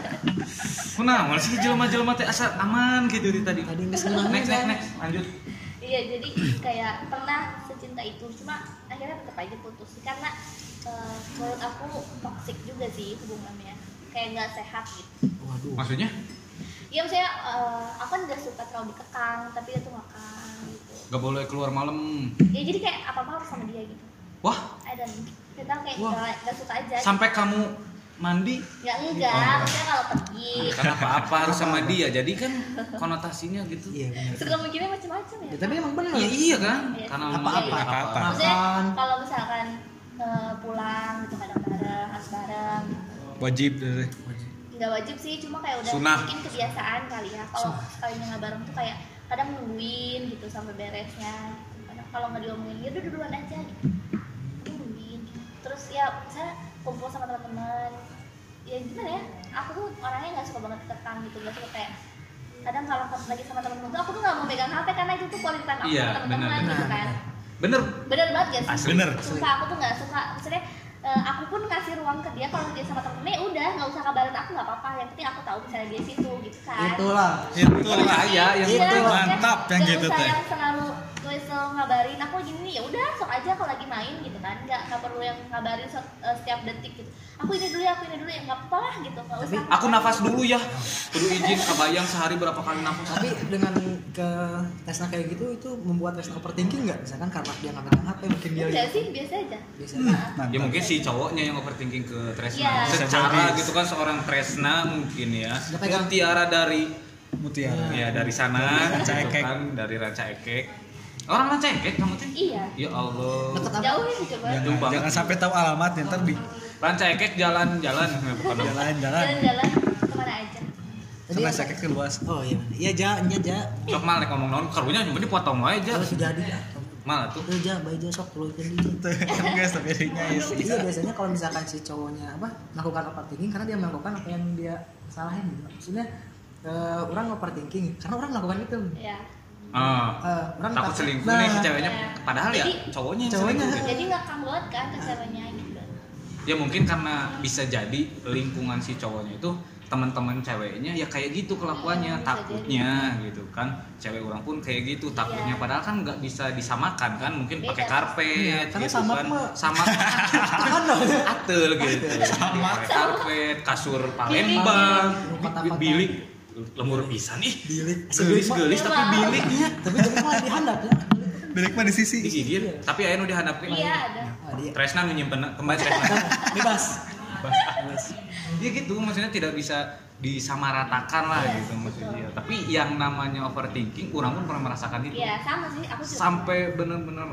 Speaker 3: Kunaon sih jelema-jelema teh asa aman gitu di tadi.
Speaker 2: Tadi geus ngeunah
Speaker 3: Next
Speaker 2: kan.
Speaker 3: next next lanjut.
Speaker 4: Iya jadi kayak pernah secinta itu cuma akhirnya tetap aja putus karena eh, menurut aku toxic juga sih hubungannya kayak nggak sehat gitu.
Speaker 2: Waduh.
Speaker 3: Maksudnya?
Speaker 4: Iya maksudnya eh, aku kan nggak suka terlalu dikekang tapi dia tuh ngekang gitu.
Speaker 3: Gak boleh keluar malam.
Speaker 4: Ya jadi kayak apa apa harus sama dia gitu.
Speaker 3: Wah,
Speaker 4: I don't kita kayak
Speaker 2: Wah.
Speaker 4: nggak nggak suka aja.
Speaker 3: sampai kamu mandi
Speaker 4: Ya enggak,
Speaker 3: Oh.
Speaker 4: maksudnya kalau pergi
Speaker 3: kan apa-apa harus sama dia. Jadi kan konotasinya gitu.
Speaker 2: Iya benar.
Speaker 4: suka mikirnya macam-macam ya.
Speaker 2: Ya, tapi emang benar.
Speaker 3: Iya iya kan?
Speaker 4: Iya,
Speaker 3: Karena
Speaker 4: iya,
Speaker 3: memang
Speaker 4: iya.
Speaker 3: apa-apa.
Speaker 4: Maksudnya
Speaker 2: Makan.
Speaker 4: kalau misalkan eh, pulang gitu kadang bareng, harus bareng gitu.
Speaker 1: Wajib dari.
Speaker 4: Nggak wajib sih, cuma kayak udah
Speaker 3: Sunnah.
Speaker 4: mungkin kebiasaan kali ya. Kalau kalinya nggak bareng tuh kayak kadang nungguin gitu sampai beresnya. Kadang kalau nggak diomongin, ya udah duluan aja gitu. Mungkin nungguin. Terus ya misalnya kumpul sama teman-teman. Ya gimana ya? Aku tuh orangnya nggak suka banget dikekang gitu, nggak suka kayak kadang kalau lagi sama temen-temen tuh aku tuh nggak mau megang H P karena itu tuh quality time aku
Speaker 3: Iya,
Speaker 4: sama teman-teman
Speaker 3: benar,
Speaker 4: gitu
Speaker 2: benar.
Speaker 4: kan.
Speaker 3: Bener.
Speaker 4: Bener banget gak sih?
Speaker 1: Asli. Bener.
Speaker 4: Sumpah aku tuh nggak suka. Maksudnya eh, aku pun kasih ruang ke dia kalau dia sama temen-temennya ya udah nggak usah kabarin aku nggak apa-apa. Yang penting aku tahu misalnya dia situ gitu kan.
Speaker 2: Itulah.
Speaker 1: Itulah
Speaker 3: ya yang
Speaker 4: Iya,
Speaker 1: penting.
Speaker 4: maksudnya
Speaker 1: Mantap yang
Speaker 4: nggak
Speaker 1: gitu
Speaker 4: usah
Speaker 1: teh.
Speaker 4: yang selalu gue selalu ngabarin aku gini nih ya udah sok aja kalau lagi main gitu kan. Nggak nggak perlu yang ngabarin so- eh, setiap detik gitu. Aku ini dulu ya, aku ini dulu ya nggak apa-apa lah gitu. Nggak usah.
Speaker 3: Aku nafas dulu ya. Kudu izin kebayang sehari berapa kali nafas.
Speaker 2: Tapi dengan ke Tesna kayak gitu itu membuat Tesna overthinking nggak? Misalkan karena dia nggak megang H P mungkin dia
Speaker 4: Enggak sih, biasa aja.
Speaker 2: biasa.
Speaker 1: Hmm,
Speaker 4: Nah,
Speaker 1: mantap.
Speaker 3: Ya mungkin si cowoknya yang overthinking ke Tresna.
Speaker 4: Iya.
Speaker 3: Secara
Speaker 1: Bisa jadi.
Speaker 3: gitu kan seorang Tresna mungkin ya.
Speaker 2: Nggak pegang.
Speaker 3: Mutiara dari
Speaker 1: Mutiara.
Speaker 3: ya dari sana
Speaker 1: Ranca
Speaker 3: gitu
Speaker 1: Ekek.
Speaker 3: kan, dari Ranca Ekek. Orang Ranca Ekek kamu teh?
Speaker 4: iya.
Speaker 3: Ya Allah.
Speaker 2: Deket apa?
Speaker 4: Jauh ya coba.
Speaker 3: Jauh
Speaker 1: Jangan,
Speaker 3: banget.
Speaker 1: jangan sampai tahu alamatnya ntar di
Speaker 3: Ranca Ekek jalan-jalan bukan dong.
Speaker 1: jalan-jalan.
Speaker 4: Jalan-jalan kemana aja.
Speaker 2: Tadi
Speaker 1: Karena sakit ke luas.
Speaker 2: Oh iya, iya ja, nya ja.
Speaker 3: Sok mal nek ngomong naon karunya cuma dipotong wae aja.
Speaker 2: Terus jadi ja.
Speaker 3: Mal tuh.
Speaker 2: Tuh ja, bayi ja sok tuluy kan dia.
Speaker 1: Kan guys tapi dirinya ya sih.
Speaker 2: Iya biasanya kalau misalkan si cowoknya apa melakukan overthinking karena dia melakukan apa yang dia salahin gitu. Maksudnya eh, orang overthinking karena orang melakukan itu.
Speaker 4: Ya.
Speaker 3: Ah.
Speaker 2: Eh, orang
Speaker 3: Takut
Speaker 2: tak-
Speaker 3: selingkuh
Speaker 2: nah,
Speaker 3: nih si ceweknya.
Speaker 4: Iya.
Speaker 3: Padahal ya
Speaker 4: Jadi,
Speaker 3: cowoknya yang
Speaker 2: cowoknya.
Speaker 3: selingkuh gitu.
Speaker 4: Jadi ngekang banget kan ke ceweknya gitu.
Speaker 3: Ya mungkin karena bisa jadi lingkungan si cowoknya itu teman-teman ceweknya ya kayak gitu kelakuannya,
Speaker 4: Hmm, bisa
Speaker 3: takutnya gitu kan. Cewek orang pun kayak gitu takutnya,
Speaker 4: Iya.
Speaker 3: padahal kan nggak bisa disamakan kan, mungkin
Speaker 4: Beda.
Speaker 3: pakai karpet
Speaker 2: Iya, karena
Speaker 3: gitu
Speaker 2: sama
Speaker 3: kan.
Speaker 2: mah-
Speaker 3: Sama
Speaker 2: Kan dong.
Speaker 3: atel gitu. Pakai karpet, kasur Palembang,
Speaker 2: Kotak-kotak.
Speaker 3: bilik lemur pisan ih.
Speaker 2: Bilik.
Speaker 3: Gelis-gelis tapi
Speaker 4: Iya.
Speaker 3: biliknya
Speaker 2: Tapi jadi malah dihandap ya.
Speaker 1: Bilik mah di sisi.
Speaker 3: digigit, tapi aya nu dihandapkeun.
Speaker 4: Iya ada.
Speaker 2: Ah, dia.
Speaker 3: Tresna nu nyimpen kembali Tresna.
Speaker 2: Bebas. Bebas.
Speaker 3: Ya gitu, maksudnya tidak bisa disamaratakan lah
Speaker 4: Iya,
Speaker 3: gitu maksudnya.
Speaker 4: betul.
Speaker 3: Tapi yang namanya overthinking, orang pun pernah merasakan itu.
Speaker 4: Iya sama sih aku juga.
Speaker 3: Sampai bener-bener,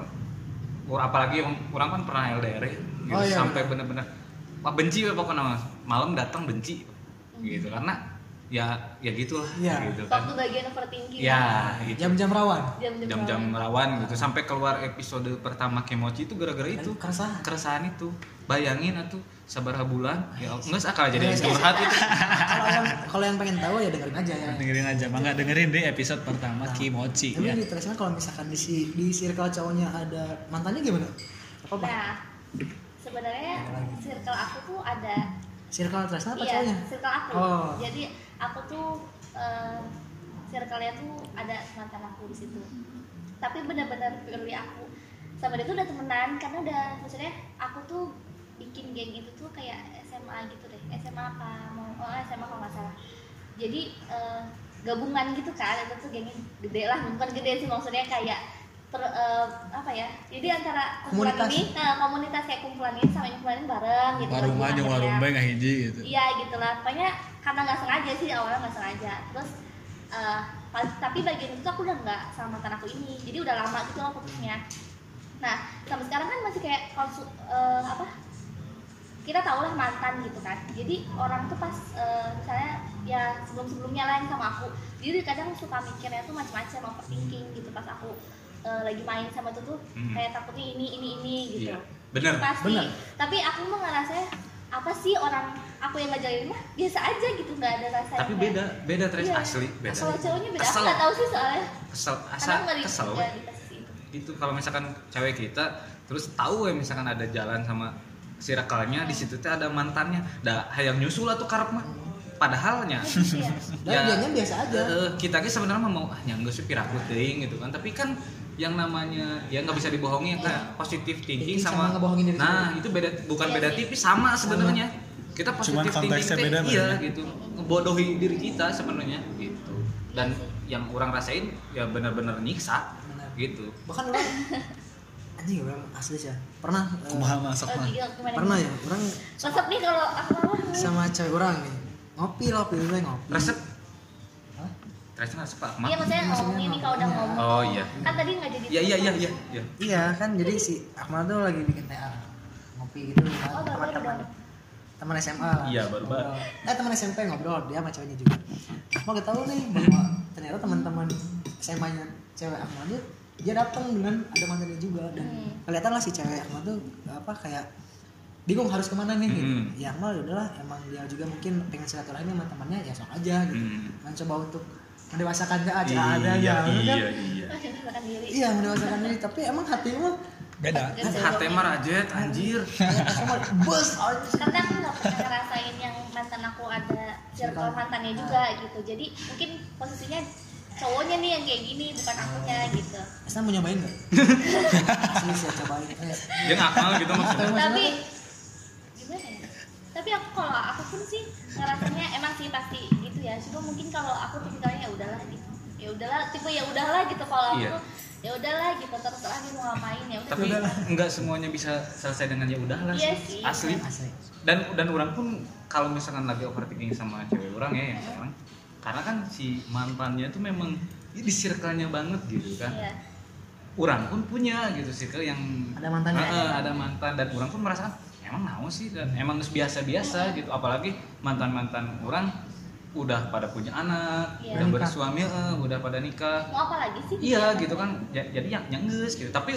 Speaker 3: or- apalagi orang orang kan pernah L D R ya, gitu.
Speaker 2: Oh, iya,
Speaker 3: sampai
Speaker 2: bener.
Speaker 3: bener-bener, wah benci ya pokoknya Mas. Malam datang benci, gitu karena ya ya gitulah,
Speaker 2: Iya.
Speaker 3: gitu kan.
Speaker 4: Waktu bagian overthinking.
Speaker 3: Ya, gitu.
Speaker 2: Jam-jam rawan.
Speaker 4: Jam-jam
Speaker 3: Jam-jam rawan gitu, sampai keluar episode pertama Kemochi itu gara-gara itu.
Speaker 2: Keresahan.
Speaker 3: Keresahan itu, bayangin atuh sabaraha bulan, ya enggak akal jadi
Speaker 2: Iya.
Speaker 3: curhat itu.
Speaker 2: Kalau yang kalau yang pengen tahu ya dengerin aja ya.
Speaker 1: Dengerin aja, mangga dengerin di episode pertama Kimochi
Speaker 2: Tapi
Speaker 1: ya.
Speaker 2: di Tresna kalau misalkan di si- di circle cowoknya ada mantannya gimana? Apa Bang?
Speaker 4: Nah, sebenarnya circle aku tuh ada
Speaker 2: Circle Tresna apa
Speaker 4: iya,
Speaker 2: cowoknya?
Speaker 4: circle aku.
Speaker 2: Oh.
Speaker 4: Jadi aku tuh eh, circle-nya tuh ada mantan aku di situ. Tapi benar-benar purely aku sama dia tuh udah temenan karena udah maksudnya aku tuh bikin geng itu tuh kayak S M A gitu deh. S M A apa mau oh, S M A kalau nggak salah. Jadi eh, gabungan gitu kan, itu tuh gengnya gede lah, bukan gede sih maksudnya kayak ter, eh, apa ya? Jadi antara kumpulan
Speaker 2: Komunitas.
Speaker 4: ini, nah, komunitas kayak kumpulan ini sama yang kumpulan ini bareng gitu.
Speaker 1: Warung aja
Speaker 4: gabungannya.
Speaker 1: warung bae nggak hiji gitu.
Speaker 4: Iya gitu lah, pokoknya karena nggak sengaja sih awalnya nggak sengaja. Terus eh, pas- tapi bagian itu aku udah nggak sama mantan aku ini, jadi udah lama gitu loh putusnya. Nah sampai sekarang kan masih kayak konsul eh, apa? Kita tau lah mantan gitu kan. Jadi orang tuh pas eh, misalnya ya sebelum sebelumnya lain sama aku, jadi kadang suka mikirnya tuh macam-macam overthinking gitu pas aku eh, lagi main sama itu tuh
Speaker 3: Hmm.
Speaker 4: kayak takutnya ini ini ini gitu.
Speaker 3: Iya, bener.
Speaker 4: Pasti.
Speaker 2: Bener.
Speaker 4: Tapi aku mah ngerasa apa sih orang aku yang ngajarin mah biasa aja gitu, nggak ada rasanya.
Speaker 3: Tapi beda, beda Tres,
Speaker 4: Iya.
Speaker 3: asli beda.
Speaker 4: Kalau cowoknya beda, aku
Speaker 3: Kesel.
Speaker 4: nggak tahu sih soalnya.
Speaker 3: Kesel,
Speaker 4: Karena
Speaker 3: asa
Speaker 4: aku nggak di-
Speaker 3: kesel.
Speaker 4: nggak dikasih itu.
Speaker 3: Itu kalau misalkan cewek kita terus tahu ya misalkan ada jalan sama circle-nya di situ tuh ada mantannya, dah hayang nyusul lah tuh karep mah. Padahalnya
Speaker 4: Iya.
Speaker 2: Dan dianya biasa aja.
Speaker 3: eh, kita ki sebenarnya mah mau ah nyanggeus sih piraku teuing gitu kan, tapi kan yang namanya ya nggak bisa dibohongi kayak positive thinking
Speaker 2: Thinking sama
Speaker 3: sama,
Speaker 2: ngebohongin diri
Speaker 3: nah itu beda, bukan
Speaker 4: Iya
Speaker 3: beda
Speaker 4: sih.
Speaker 3: tipis, sama sebenarnya kita
Speaker 1: Cuman
Speaker 3: positive
Speaker 1: konteksnya
Speaker 3: thinking
Speaker 1: beda
Speaker 3: teh, iya
Speaker 1: berarti.
Speaker 3: gitu ngebodohi diri kita sebenarnya gitu, dan yang orang rasain ya benar-benar nyiksa
Speaker 2: Benar.
Speaker 3: gitu.
Speaker 2: Bahkan orang anjing orang asli sih ya. Pernah eh,
Speaker 1: Kumaha masak
Speaker 4: Oh,
Speaker 1: mah.
Speaker 4: gila, gimana?
Speaker 2: pernah ya orang
Speaker 4: Resep nih kalau aku mau
Speaker 2: sama cewek orang nih. Ngopi lah, pilih ngopi.
Speaker 3: Resep
Speaker 2: Hah?
Speaker 3: resep resep apa?
Speaker 4: Iya maksudnya ngomong ini kalau udah ngomong.
Speaker 3: Oh iya.
Speaker 4: Kan tadi nggak jadi.
Speaker 3: Iya iya iya iya iya.
Speaker 2: Iya kan jadi si Akmal tuh lagi bikin T A ngopi gitu kan
Speaker 4: Oh, baru-baru
Speaker 2: teman-teman
Speaker 4: dong.
Speaker 2: teman S M A lah.
Speaker 3: Iya, baru-baru.
Speaker 2: Ngobrol. Eh teman S M P ngobrol dia sama ceweknya juga. Akmal gak tahu nih bahwa ternyata teman-teman S M A-nya cewek Akmal tuh dia datang dengan ada mantannya juga dan
Speaker 4: Hmm.
Speaker 2: kelihatan lah si cewek Akmal tuh apa kayak bingung harus kemana nih gitu.
Speaker 3: Hmm.
Speaker 2: Ya Akmal ya udahlah emang dia juga mungkin pengen silaturahmi sama temannya ya sok aja gitu.
Speaker 3: Hmm.
Speaker 2: Mencoba untuk mendewasakan ke aja ada
Speaker 3: Iya
Speaker 2: ya
Speaker 3: iya
Speaker 2: kan?
Speaker 3: iya.
Speaker 4: Masih menekan diri.
Speaker 2: Iya mendewasakan diri tapi emang hati mah
Speaker 1: Beda.
Speaker 3: Hati mah rajet anjir.
Speaker 2: Akmal bus anjir.
Speaker 4: Karena aku nggak pernah ngerasain yang mantan aku ada circle mantannya juga gitu. Jadi mungkin posisinya cowoknya nih yang kayak gini bukan akunya gitu.
Speaker 2: Esna mau nyobain nggak? Asli sih cobain. Eh,
Speaker 3: Dia ngakal gitu maksudnya.
Speaker 4: Tapi gimana ya? Tapi aku kalau aku pun sih ngerasanya emang sih pasti gitu ya. Cuma mungkin kalau aku tipikalnya ya udahlah gitu. Ya udahlah tipe ya udahlah gitu kalau aku
Speaker 3: Iya.
Speaker 4: tuh ya udahlah gitu terserah dia mau ngapain ya udah.
Speaker 3: Tapi enggak semuanya bisa selesai dengan ya udahlah
Speaker 4: Iya
Speaker 3: sih.
Speaker 4: sih.
Speaker 3: Asli.
Speaker 2: Asli.
Speaker 3: Dan dan orang pun kalau misalkan lagi overthinking sama cewek orang ya yang sekarang, karena kan si mantannya tuh memang ya di circle-nya banget gitu kan.
Speaker 4: Iya.
Speaker 3: Orang pun punya gitu circle yang
Speaker 2: Ada mantannya.
Speaker 3: Heeh, ada mantan, dan orang pun merasakan emang naon sih, dan emang biasa-biasa gitu, apalagi mantan-mantan orang udah pada punya anak,
Speaker 4: Iya.
Speaker 3: udah
Speaker 2: Nikah.
Speaker 3: bersuami, eh, udah pada nikah.
Speaker 4: Mau apa lagi sih?
Speaker 3: Iya gitu kan. Ja- Jadi yang yang geus gitu. Tapi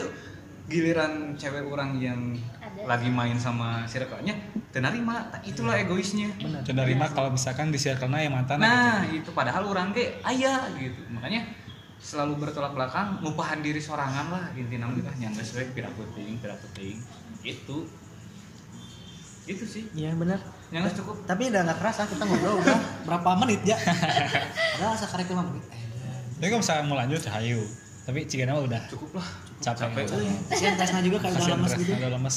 Speaker 3: giliran cewek orang yang
Speaker 4: Ada.
Speaker 3: lagi main sama circle-nya teu narima, tak itulah egoisnya.
Speaker 2: Benar.
Speaker 1: Coba nerima kalau misalkan di circle-na yang mantan
Speaker 3: Nah, itu padahal orang ge aya gitu. Makanya selalu bertolak belakang, ngupahan diri sorangan lah intina mah kita nyanggeus we piraku teuing, piraku teuing. Itu. Itu sih.
Speaker 2: Iya benar.
Speaker 3: Nyanggeus cukup.
Speaker 2: Tapi udah nggak kerasa kita ngobrol udah berapa menit ya? Udah sekarang lima menit. Eh,
Speaker 1: Tapi kalau misalkan mau lanjut hayu. Tapi cigana mah udah
Speaker 3: Cukup lah.
Speaker 1: capek.
Speaker 3: Capek.
Speaker 1: Capek.
Speaker 2: Kasihan Tesna juga kayak udah
Speaker 1: Kasihan
Speaker 2: lemas
Speaker 1: Tres,
Speaker 2: gitu.
Speaker 1: udah lemes.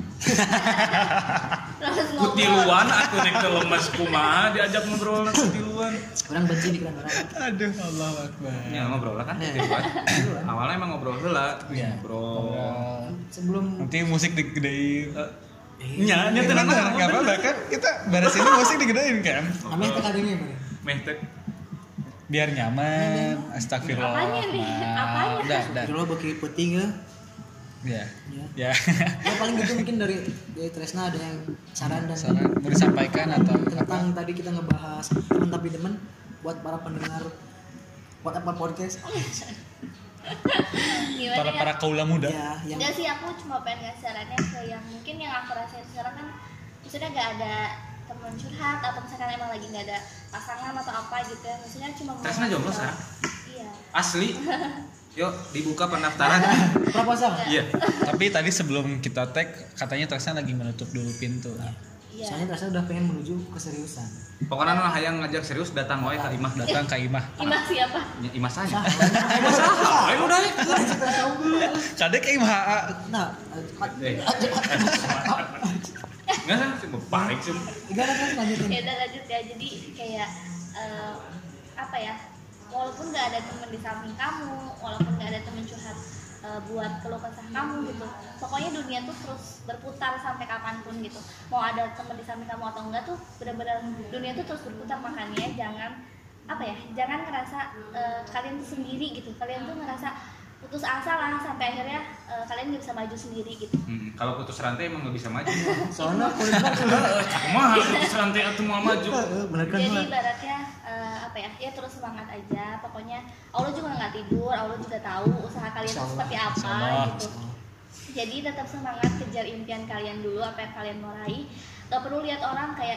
Speaker 4: Terus ngobrol.
Speaker 3: Kutiluan aku nek teu lemes kumaha diajak ngobrol na kutiluan.
Speaker 2: Orang benci di orang.
Speaker 1: Aduh, Allah Akbar.
Speaker 3: Ya ngobrol lah kan
Speaker 2: Iya.
Speaker 3: kutiluan. Awalnya emang ngobrol heula,
Speaker 1: Iya.
Speaker 3: ngobrol.
Speaker 2: Sebelum
Speaker 1: Nanti musik digedein.
Speaker 3: Eh, Nya, nya
Speaker 1: Ya,
Speaker 3: tenang
Speaker 1: bener, nggak apa-apa kan kita beres ini musik digedein kan
Speaker 2: namanya teh kadangnya apa nih?
Speaker 3: Meh teh.
Speaker 1: biar nyaman. Astagfirullah.
Speaker 4: Apanya nih?
Speaker 1: Nah,
Speaker 4: Apanya?
Speaker 1: udah udah
Speaker 2: Dulu bagi puting ya.
Speaker 1: ya
Speaker 2: Ya.
Speaker 1: ya
Speaker 2: Ya paling gitu mungkin dari dari Tresna ada yang saran dan
Speaker 1: saran mau disampaikan atau apa
Speaker 2: tentang tadi kita ngebahas teman tapi demen buat para pendengar buat apa podcast
Speaker 4: Gimana
Speaker 1: para
Speaker 4: ya?
Speaker 1: para kaula muda
Speaker 2: ya yang
Speaker 4: Enggak sih, aku cuma pengen ngasih sarannya ke yang mungkin yang aku rasain sekarang kan maksudnya gak ada teman curhat atau misalkan emang lagi gak ada pasangan atau apa gitu ya, maksudnya cuma mau
Speaker 3: Tresna jomblo
Speaker 4: ngasih
Speaker 3: sekarang?
Speaker 4: tahu. Iya.
Speaker 3: Asli. Yuk dibuka pendaftaran.
Speaker 2: proposal
Speaker 3: Iya.
Speaker 1: tapi tadi sebelum kita tag katanya Tresna lagi menutup dulu pintu
Speaker 4: Iya.
Speaker 2: soalnya Tresna udah pengen menuju keseriusan
Speaker 3: Pokoknya nah hayang ngajak serius datang wae ka Imah.
Speaker 1: datang ke Imah
Speaker 4: Imah siapa?
Speaker 3: Ya, Imah saja. Imah saha? Ayo udah.
Speaker 1: kadek ke Imah A.
Speaker 2: nah
Speaker 3: Eh. Enggak sih, balik sih.
Speaker 2: gimana kan lanjutin
Speaker 4: Ya udah lanjut ya, jadi kayak eh, apa ya, walaupun gak ada teman di samping kamu, walaupun gak ada teman curhat eh, buat keluh kesah kamu gitu, pokoknya dunia tuh terus berputar sampai kapanpun gitu, mau ada teman di samping kamu atau enggak tuh benar-benar dunia tuh terus berputar. Makanya jangan apa ya, jangan ngerasa eh, kalian tuh sendiri gitu, kalian tuh ngerasa putus asa lah sampai akhirnya eh, kalian gak bisa maju sendiri gitu.
Speaker 3: Hmm, kalau putus rantai emang nggak bisa maju.
Speaker 2: soalnya kulit bak
Speaker 3: Mah putus rantai atau mau maju.
Speaker 2: bener kan
Speaker 4: Jadi
Speaker 2: Mbak?
Speaker 4: ibaratnya eh, apa ya, ya terus semangat aja. Pokoknya Allah juga nggak tidur, Allah juga tahu usaha kalian tuh
Speaker 2: Insyaallah.
Speaker 4: seperti apa
Speaker 1: Insyaallah.
Speaker 4: gitu. Jadi tetap semangat, kejar impian kalian dulu, apa yang kalian mau raih. Gak perlu lihat orang kayak ih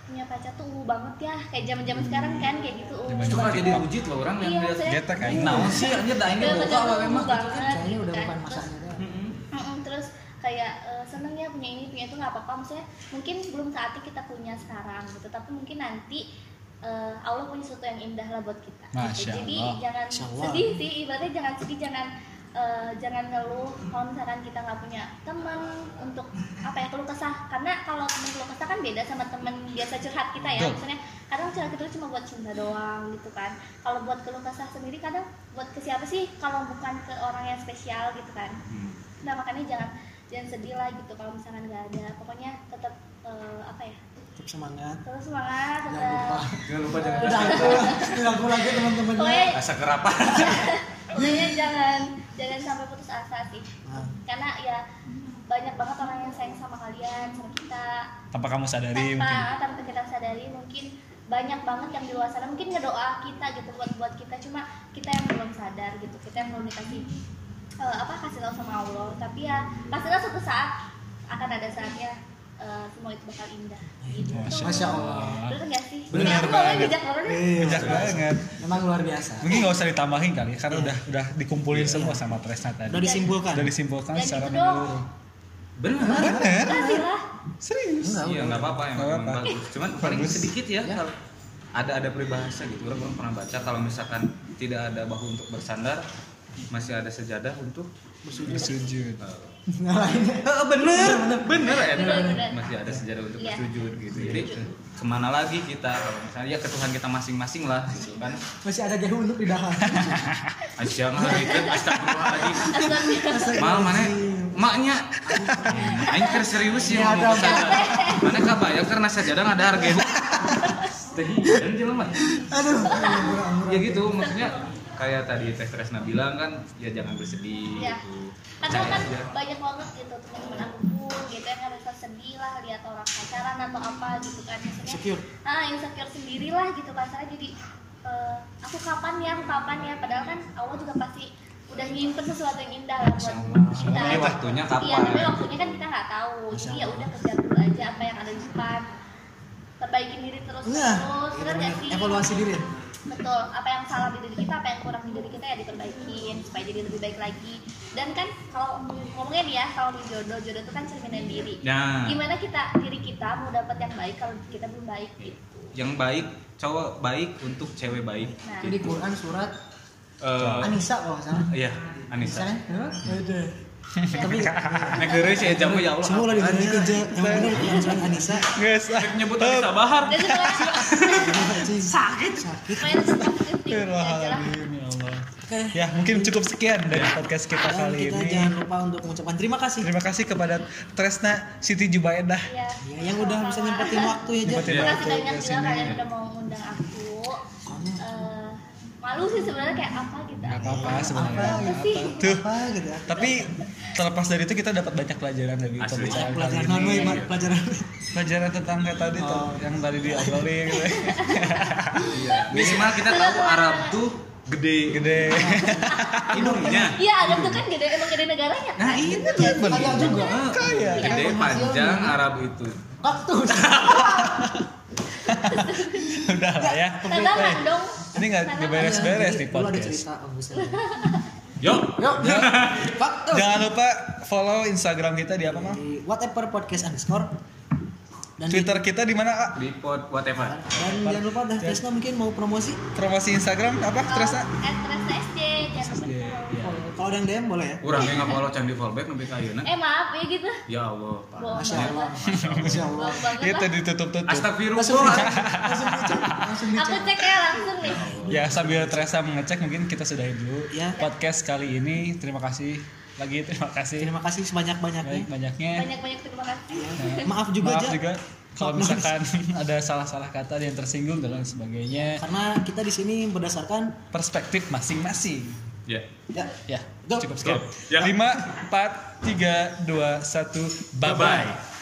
Speaker 4: punya pacar tuh uh banget ya kayak zaman-zaman sekarang kan kayak gitu uh
Speaker 1: Zaman-zaman
Speaker 3: Coba
Speaker 4: banget.
Speaker 3: jadi ujit loh orang yang
Speaker 4: Iya,
Speaker 3: lihat
Speaker 4: saya-
Speaker 1: Getek aja.
Speaker 3: naon sih anjir da aing
Speaker 4: Udah
Speaker 3: boga
Speaker 4: bener-bener
Speaker 3: apa memang
Speaker 4: uh
Speaker 3: gitu kan.
Speaker 4: banget,
Speaker 2: Kayaknya
Speaker 4: gitu
Speaker 2: udah
Speaker 4: kan.
Speaker 2: bukan
Speaker 4: Terus,
Speaker 2: masanya deh.
Speaker 3: Mm-mm.
Speaker 4: mm-mm, terus kayak eh, seneng ya punya ini punya itu nggak apa-apa maksudnya mungkin belum saatnya kita punya sekarang gitu tapi mungkin nanti eh, Allah punya sesuatu yang indah lah buat kita gitu.
Speaker 1: Masya
Speaker 4: Jadi
Speaker 1: Allah.
Speaker 4: jangan
Speaker 2: Masya Allah.
Speaker 4: sedih sih ibaratnya jangan sedih jangan eh, jangan ngeluh kalau misalkan kita nggak punya teman untuk apa ya keluh kesah karena kalau teman keluh kesah kan beda sama teman biasa curhat kita ya
Speaker 1: Betul.
Speaker 4: misalnya kadang curhat itu cuma buat cinta doang gitu kan kalau buat keluh kesah sendiri kadang buat ke siapa sih kalau bukan ke orang yang spesial gitu kan
Speaker 3: Hmm.
Speaker 4: nah makanya jangan jangan sedih lah gitu kalau misalkan nggak ada pokoknya tetap eh, apa ya
Speaker 2: Tetap semangat.
Speaker 4: terus semangat
Speaker 2: Jangan lupa.
Speaker 4: tetap
Speaker 3: Jangan lupa jangan
Speaker 2: Udah aku, udah aku lagi teman-temannya.
Speaker 4: pokoknya
Speaker 3: asa kerapat.
Speaker 4: pokoknya jangan jangan sampai putus asa sih
Speaker 2: Nah,
Speaker 4: karena ya banyak banget orang yang sayang sama kalian sama kita
Speaker 1: Tanpa kamu sadari
Speaker 4: tanpa
Speaker 1: mungkin.
Speaker 4: tanpa kita sadari mungkin banyak banget yang di luar sana mungkin ngedoa kita gitu buat buat kita cuma kita yang belum sadar gitu kita yang belum dikasih eh, apa kasih tahu sama Allah tapi ya pastilah suatu saat akan ada saatnya eh, semua itu bakal indah gitu.
Speaker 2: Masya Allah.
Speaker 4: Bener nggak sih?
Speaker 1: Bener
Speaker 4: Ini aku ngomongin
Speaker 1: banget.
Speaker 4: bijak orang deh.
Speaker 2: Iya,
Speaker 1: Bijak banget.
Speaker 2: Emang luar biasa.
Speaker 1: Mungkin nggak usah ditambahin kali karena
Speaker 2: Iya.
Speaker 1: udah udah dikumpulin
Speaker 2: Iya.
Speaker 1: semua sama Tresna tadi.
Speaker 2: Udah disimpulkan.
Speaker 1: Udah disimpulkan
Speaker 4: Ya
Speaker 1: secara
Speaker 4: gitu dong.
Speaker 1: menyeluruh.
Speaker 3: Benar.
Speaker 1: Bener?
Speaker 4: Kasih lah.
Speaker 1: Serius?
Speaker 2: Enggak,
Speaker 3: Iya nggak apa-apa emang,
Speaker 1: Nggak
Speaker 3: emang
Speaker 1: apa-apa.
Speaker 3: bagus. Cuman paling
Speaker 1: Bagus.
Speaker 3: sedikit ya,
Speaker 2: Ya.
Speaker 3: kalau ada ada peribahasa gitu. Orang belum pernah baca kalau misalkan tidak ada bahu untuk bersandar, masih ada sejadah untuk
Speaker 1: Bersujud.
Speaker 2: Ngalahinnya.
Speaker 3: Eh, bener, bener ya.
Speaker 4: Bener, bener.
Speaker 3: Masih ada sejarah untuk
Speaker 4: Iya.
Speaker 3: bersujud gitu. Jadi kemana lagi kita kalau misalnya ya ke Tuhan kita masing-masing lah gitu kan.
Speaker 2: Masih ada gehu untuk di dahan.
Speaker 3: Asyang gitu, astagfirullahaladzim.
Speaker 4: Astagfirullah.
Speaker 3: Mal mana maknya aing keur serius
Speaker 2: Ini
Speaker 3: ya
Speaker 2: ada
Speaker 3: ngomong sajadah. Mana kabayang karena sajadah ada harga. Teh dan jelema.
Speaker 2: Aduh.
Speaker 3: Ya gitu maksudnya kayak tadi Teh Tresna bilang kan ya jangan bersedih
Speaker 4: Iya.
Speaker 3: gitu.
Speaker 4: Kadang kan
Speaker 3: Percaya aja.
Speaker 4: banyak banget gitu teman-teman aku pun gitu yang ngerasa sedih lah lihat orang pacaran atau apa gitu kan maksudnya
Speaker 2: Insecure.
Speaker 4: ah insecure sendiri lah gitu pacarnya jadi eh, aku kapan ya aku kapan ya padahal kan Allah juga pasti udah nyimpen sesuatu yang indah lah buat kita
Speaker 3: Tapi waktunya kapan?
Speaker 4: iya tapi waktunya kan kita nggak tahu jadi ya udah kejar dulu aja apa yang ada di depan perbaikin diri terus
Speaker 2: Nah,
Speaker 4: terus bener nggak sih
Speaker 2: evaluasi diri.
Speaker 4: betul apa yang salah di diri kita apa yang kurang di diri kita ya diperbaikin supaya jadi lebih baik lagi dan kan kalau ngomongnya nih ya kalau di jodoh jodoh itu kan cerminan diri
Speaker 3: Nah,
Speaker 4: gimana kita diri kita mau dapat yang baik kalau kita belum baik gitu
Speaker 3: yang baik cowok baik untuk cewek baik.
Speaker 4: nah
Speaker 2: Jadi Quran surat
Speaker 3: Eh,
Speaker 2: Anisa kalau nggak salah.
Speaker 3: iya, Anissa.
Speaker 2: Bisa kan? Ada.
Speaker 4: ya,
Speaker 2: Tapi
Speaker 3: Nek geureuy sih jamu ya Allah.
Speaker 2: semua lah dimulai kerja. Yang benar Quran surat Anisa.
Speaker 1: Guys, ah.
Speaker 3: Nek nyebut Anissa Bahar.
Speaker 4: dan itu
Speaker 2: Sakit. Sakit.
Speaker 4: supaya tetap positif aja lah
Speaker 1: Astagfirullahaladzim, ya Allah.
Speaker 2: Oke.
Speaker 1: Ya, mungkin cukup sekian dari podcast kita
Speaker 2: Dan
Speaker 1: kali
Speaker 2: kita
Speaker 1: ini.
Speaker 2: jangan lupa untuk mengucapkan terima kasih.
Speaker 1: Terima kasih kepada Tresna Siti Jubaedah.
Speaker 4: ya
Speaker 2: Ya, yang udah bisa nyempetin waktu ya, Jan.
Speaker 1: Nyempetin
Speaker 4: terima kasih
Speaker 1: waktu
Speaker 4: banyak
Speaker 1: ke
Speaker 4: juga
Speaker 1: sini.
Speaker 4: kalian udah mau ngundang aku Eh, malu sih sebenarnya kayak apa gitu
Speaker 1: Gak apa-apa sebenarnya.
Speaker 2: Apa
Speaker 4: gitu sih?
Speaker 1: Tuh.
Speaker 2: Apa gitu ya?
Speaker 1: Tapi terlepas dari itu kita dapat banyak pelajaran dari
Speaker 3: Asli.
Speaker 1: pembicaraan kali
Speaker 2: Pelajaran
Speaker 1: ini.
Speaker 2: anu ya, Mak, pelajaran.
Speaker 1: Pelajaran tentang kayak tadi tuh
Speaker 2: Oh.
Speaker 1: yang tadi diobrolin gitu.
Speaker 3: Iya. Minimal kita tahu Arab tuh gede.
Speaker 1: Gede.
Speaker 3: Hidungnya.
Speaker 4: iya ada tuh kan gede emang gede negaranya
Speaker 3: Nah, itu
Speaker 2: Kaya juga.
Speaker 3: Eh,
Speaker 1: Kaya.
Speaker 3: Gede panjang Arab itu.
Speaker 2: Kaktus.
Speaker 1: Udah lah ya.
Speaker 4: tantangan dong
Speaker 1: Ini nggak nggak beres-beres
Speaker 2: Jadi,
Speaker 1: nih
Speaker 2: dulu ada
Speaker 1: podcast.
Speaker 2: cerita. Oh, bisa.
Speaker 3: Yuk.
Speaker 2: Yuk. Kaktus.
Speaker 1: Jangan lupa follow Instagram kita di apa, Mam?
Speaker 2: Di whatever podcast underscore. Dan
Speaker 1: Twitter kita di mana, Kak?
Speaker 3: Di pot whatever.
Speaker 2: Dan jangan lupa dah Tresna mungkin mau promosi.
Speaker 1: Promosi Instagram apa, Tresna?
Speaker 4: at Tresna S D jangan lupa
Speaker 1: Iya,
Speaker 4: follow.
Speaker 1: iya.
Speaker 2: Kalau ada yang D M boleh ya.
Speaker 3: Urang yang follow can di fallback nepi ka ayeuna.
Speaker 4: eh maaf ya gitu
Speaker 3: Ya Allah, Pak.
Speaker 4: bohong
Speaker 2: Masya
Speaker 4: banget
Speaker 2: Allah.
Speaker 4: lah.
Speaker 2: Masya Allah.
Speaker 4: Bohong banget
Speaker 1: Itu
Speaker 4: lah
Speaker 1: ditutup-tutup.
Speaker 3: Astagfirullah.
Speaker 2: Langsung dicek. Langsung dicek. Langsung
Speaker 4: aku
Speaker 2: dicek.
Speaker 4: cek ya langsung nih
Speaker 1: Ya, sambil Tresa mengecek mungkin kita sudahi dulu
Speaker 2: Ya.
Speaker 1: podcast kali ini. Terima kasih lagi, terima kasih
Speaker 2: Terima kasih sebanyak-banyaknya.
Speaker 1: baik banyaknya.
Speaker 4: banyak-banyak terima kasih
Speaker 1: Nah,
Speaker 2: Maaf juga
Speaker 1: maaf
Speaker 2: Ja.
Speaker 1: juga kalau
Speaker 2: Maaf,
Speaker 1: misalkan ada salah-salah kata yang tersinggung dan lain sebagainya.
Speaker 2: Karena kita di sini berdasarkan
Speaker 1: Perspektif masing-masing.
Speaker 3: Ya.
Speaker 2: ya
Speaker 1: Ya,
Speaker 2: Go.
Speaker 1: cukup sekian.
Speaker 3: Ya.
Speaker 1: lima, empat, tiga, dua, satu, bye-bye.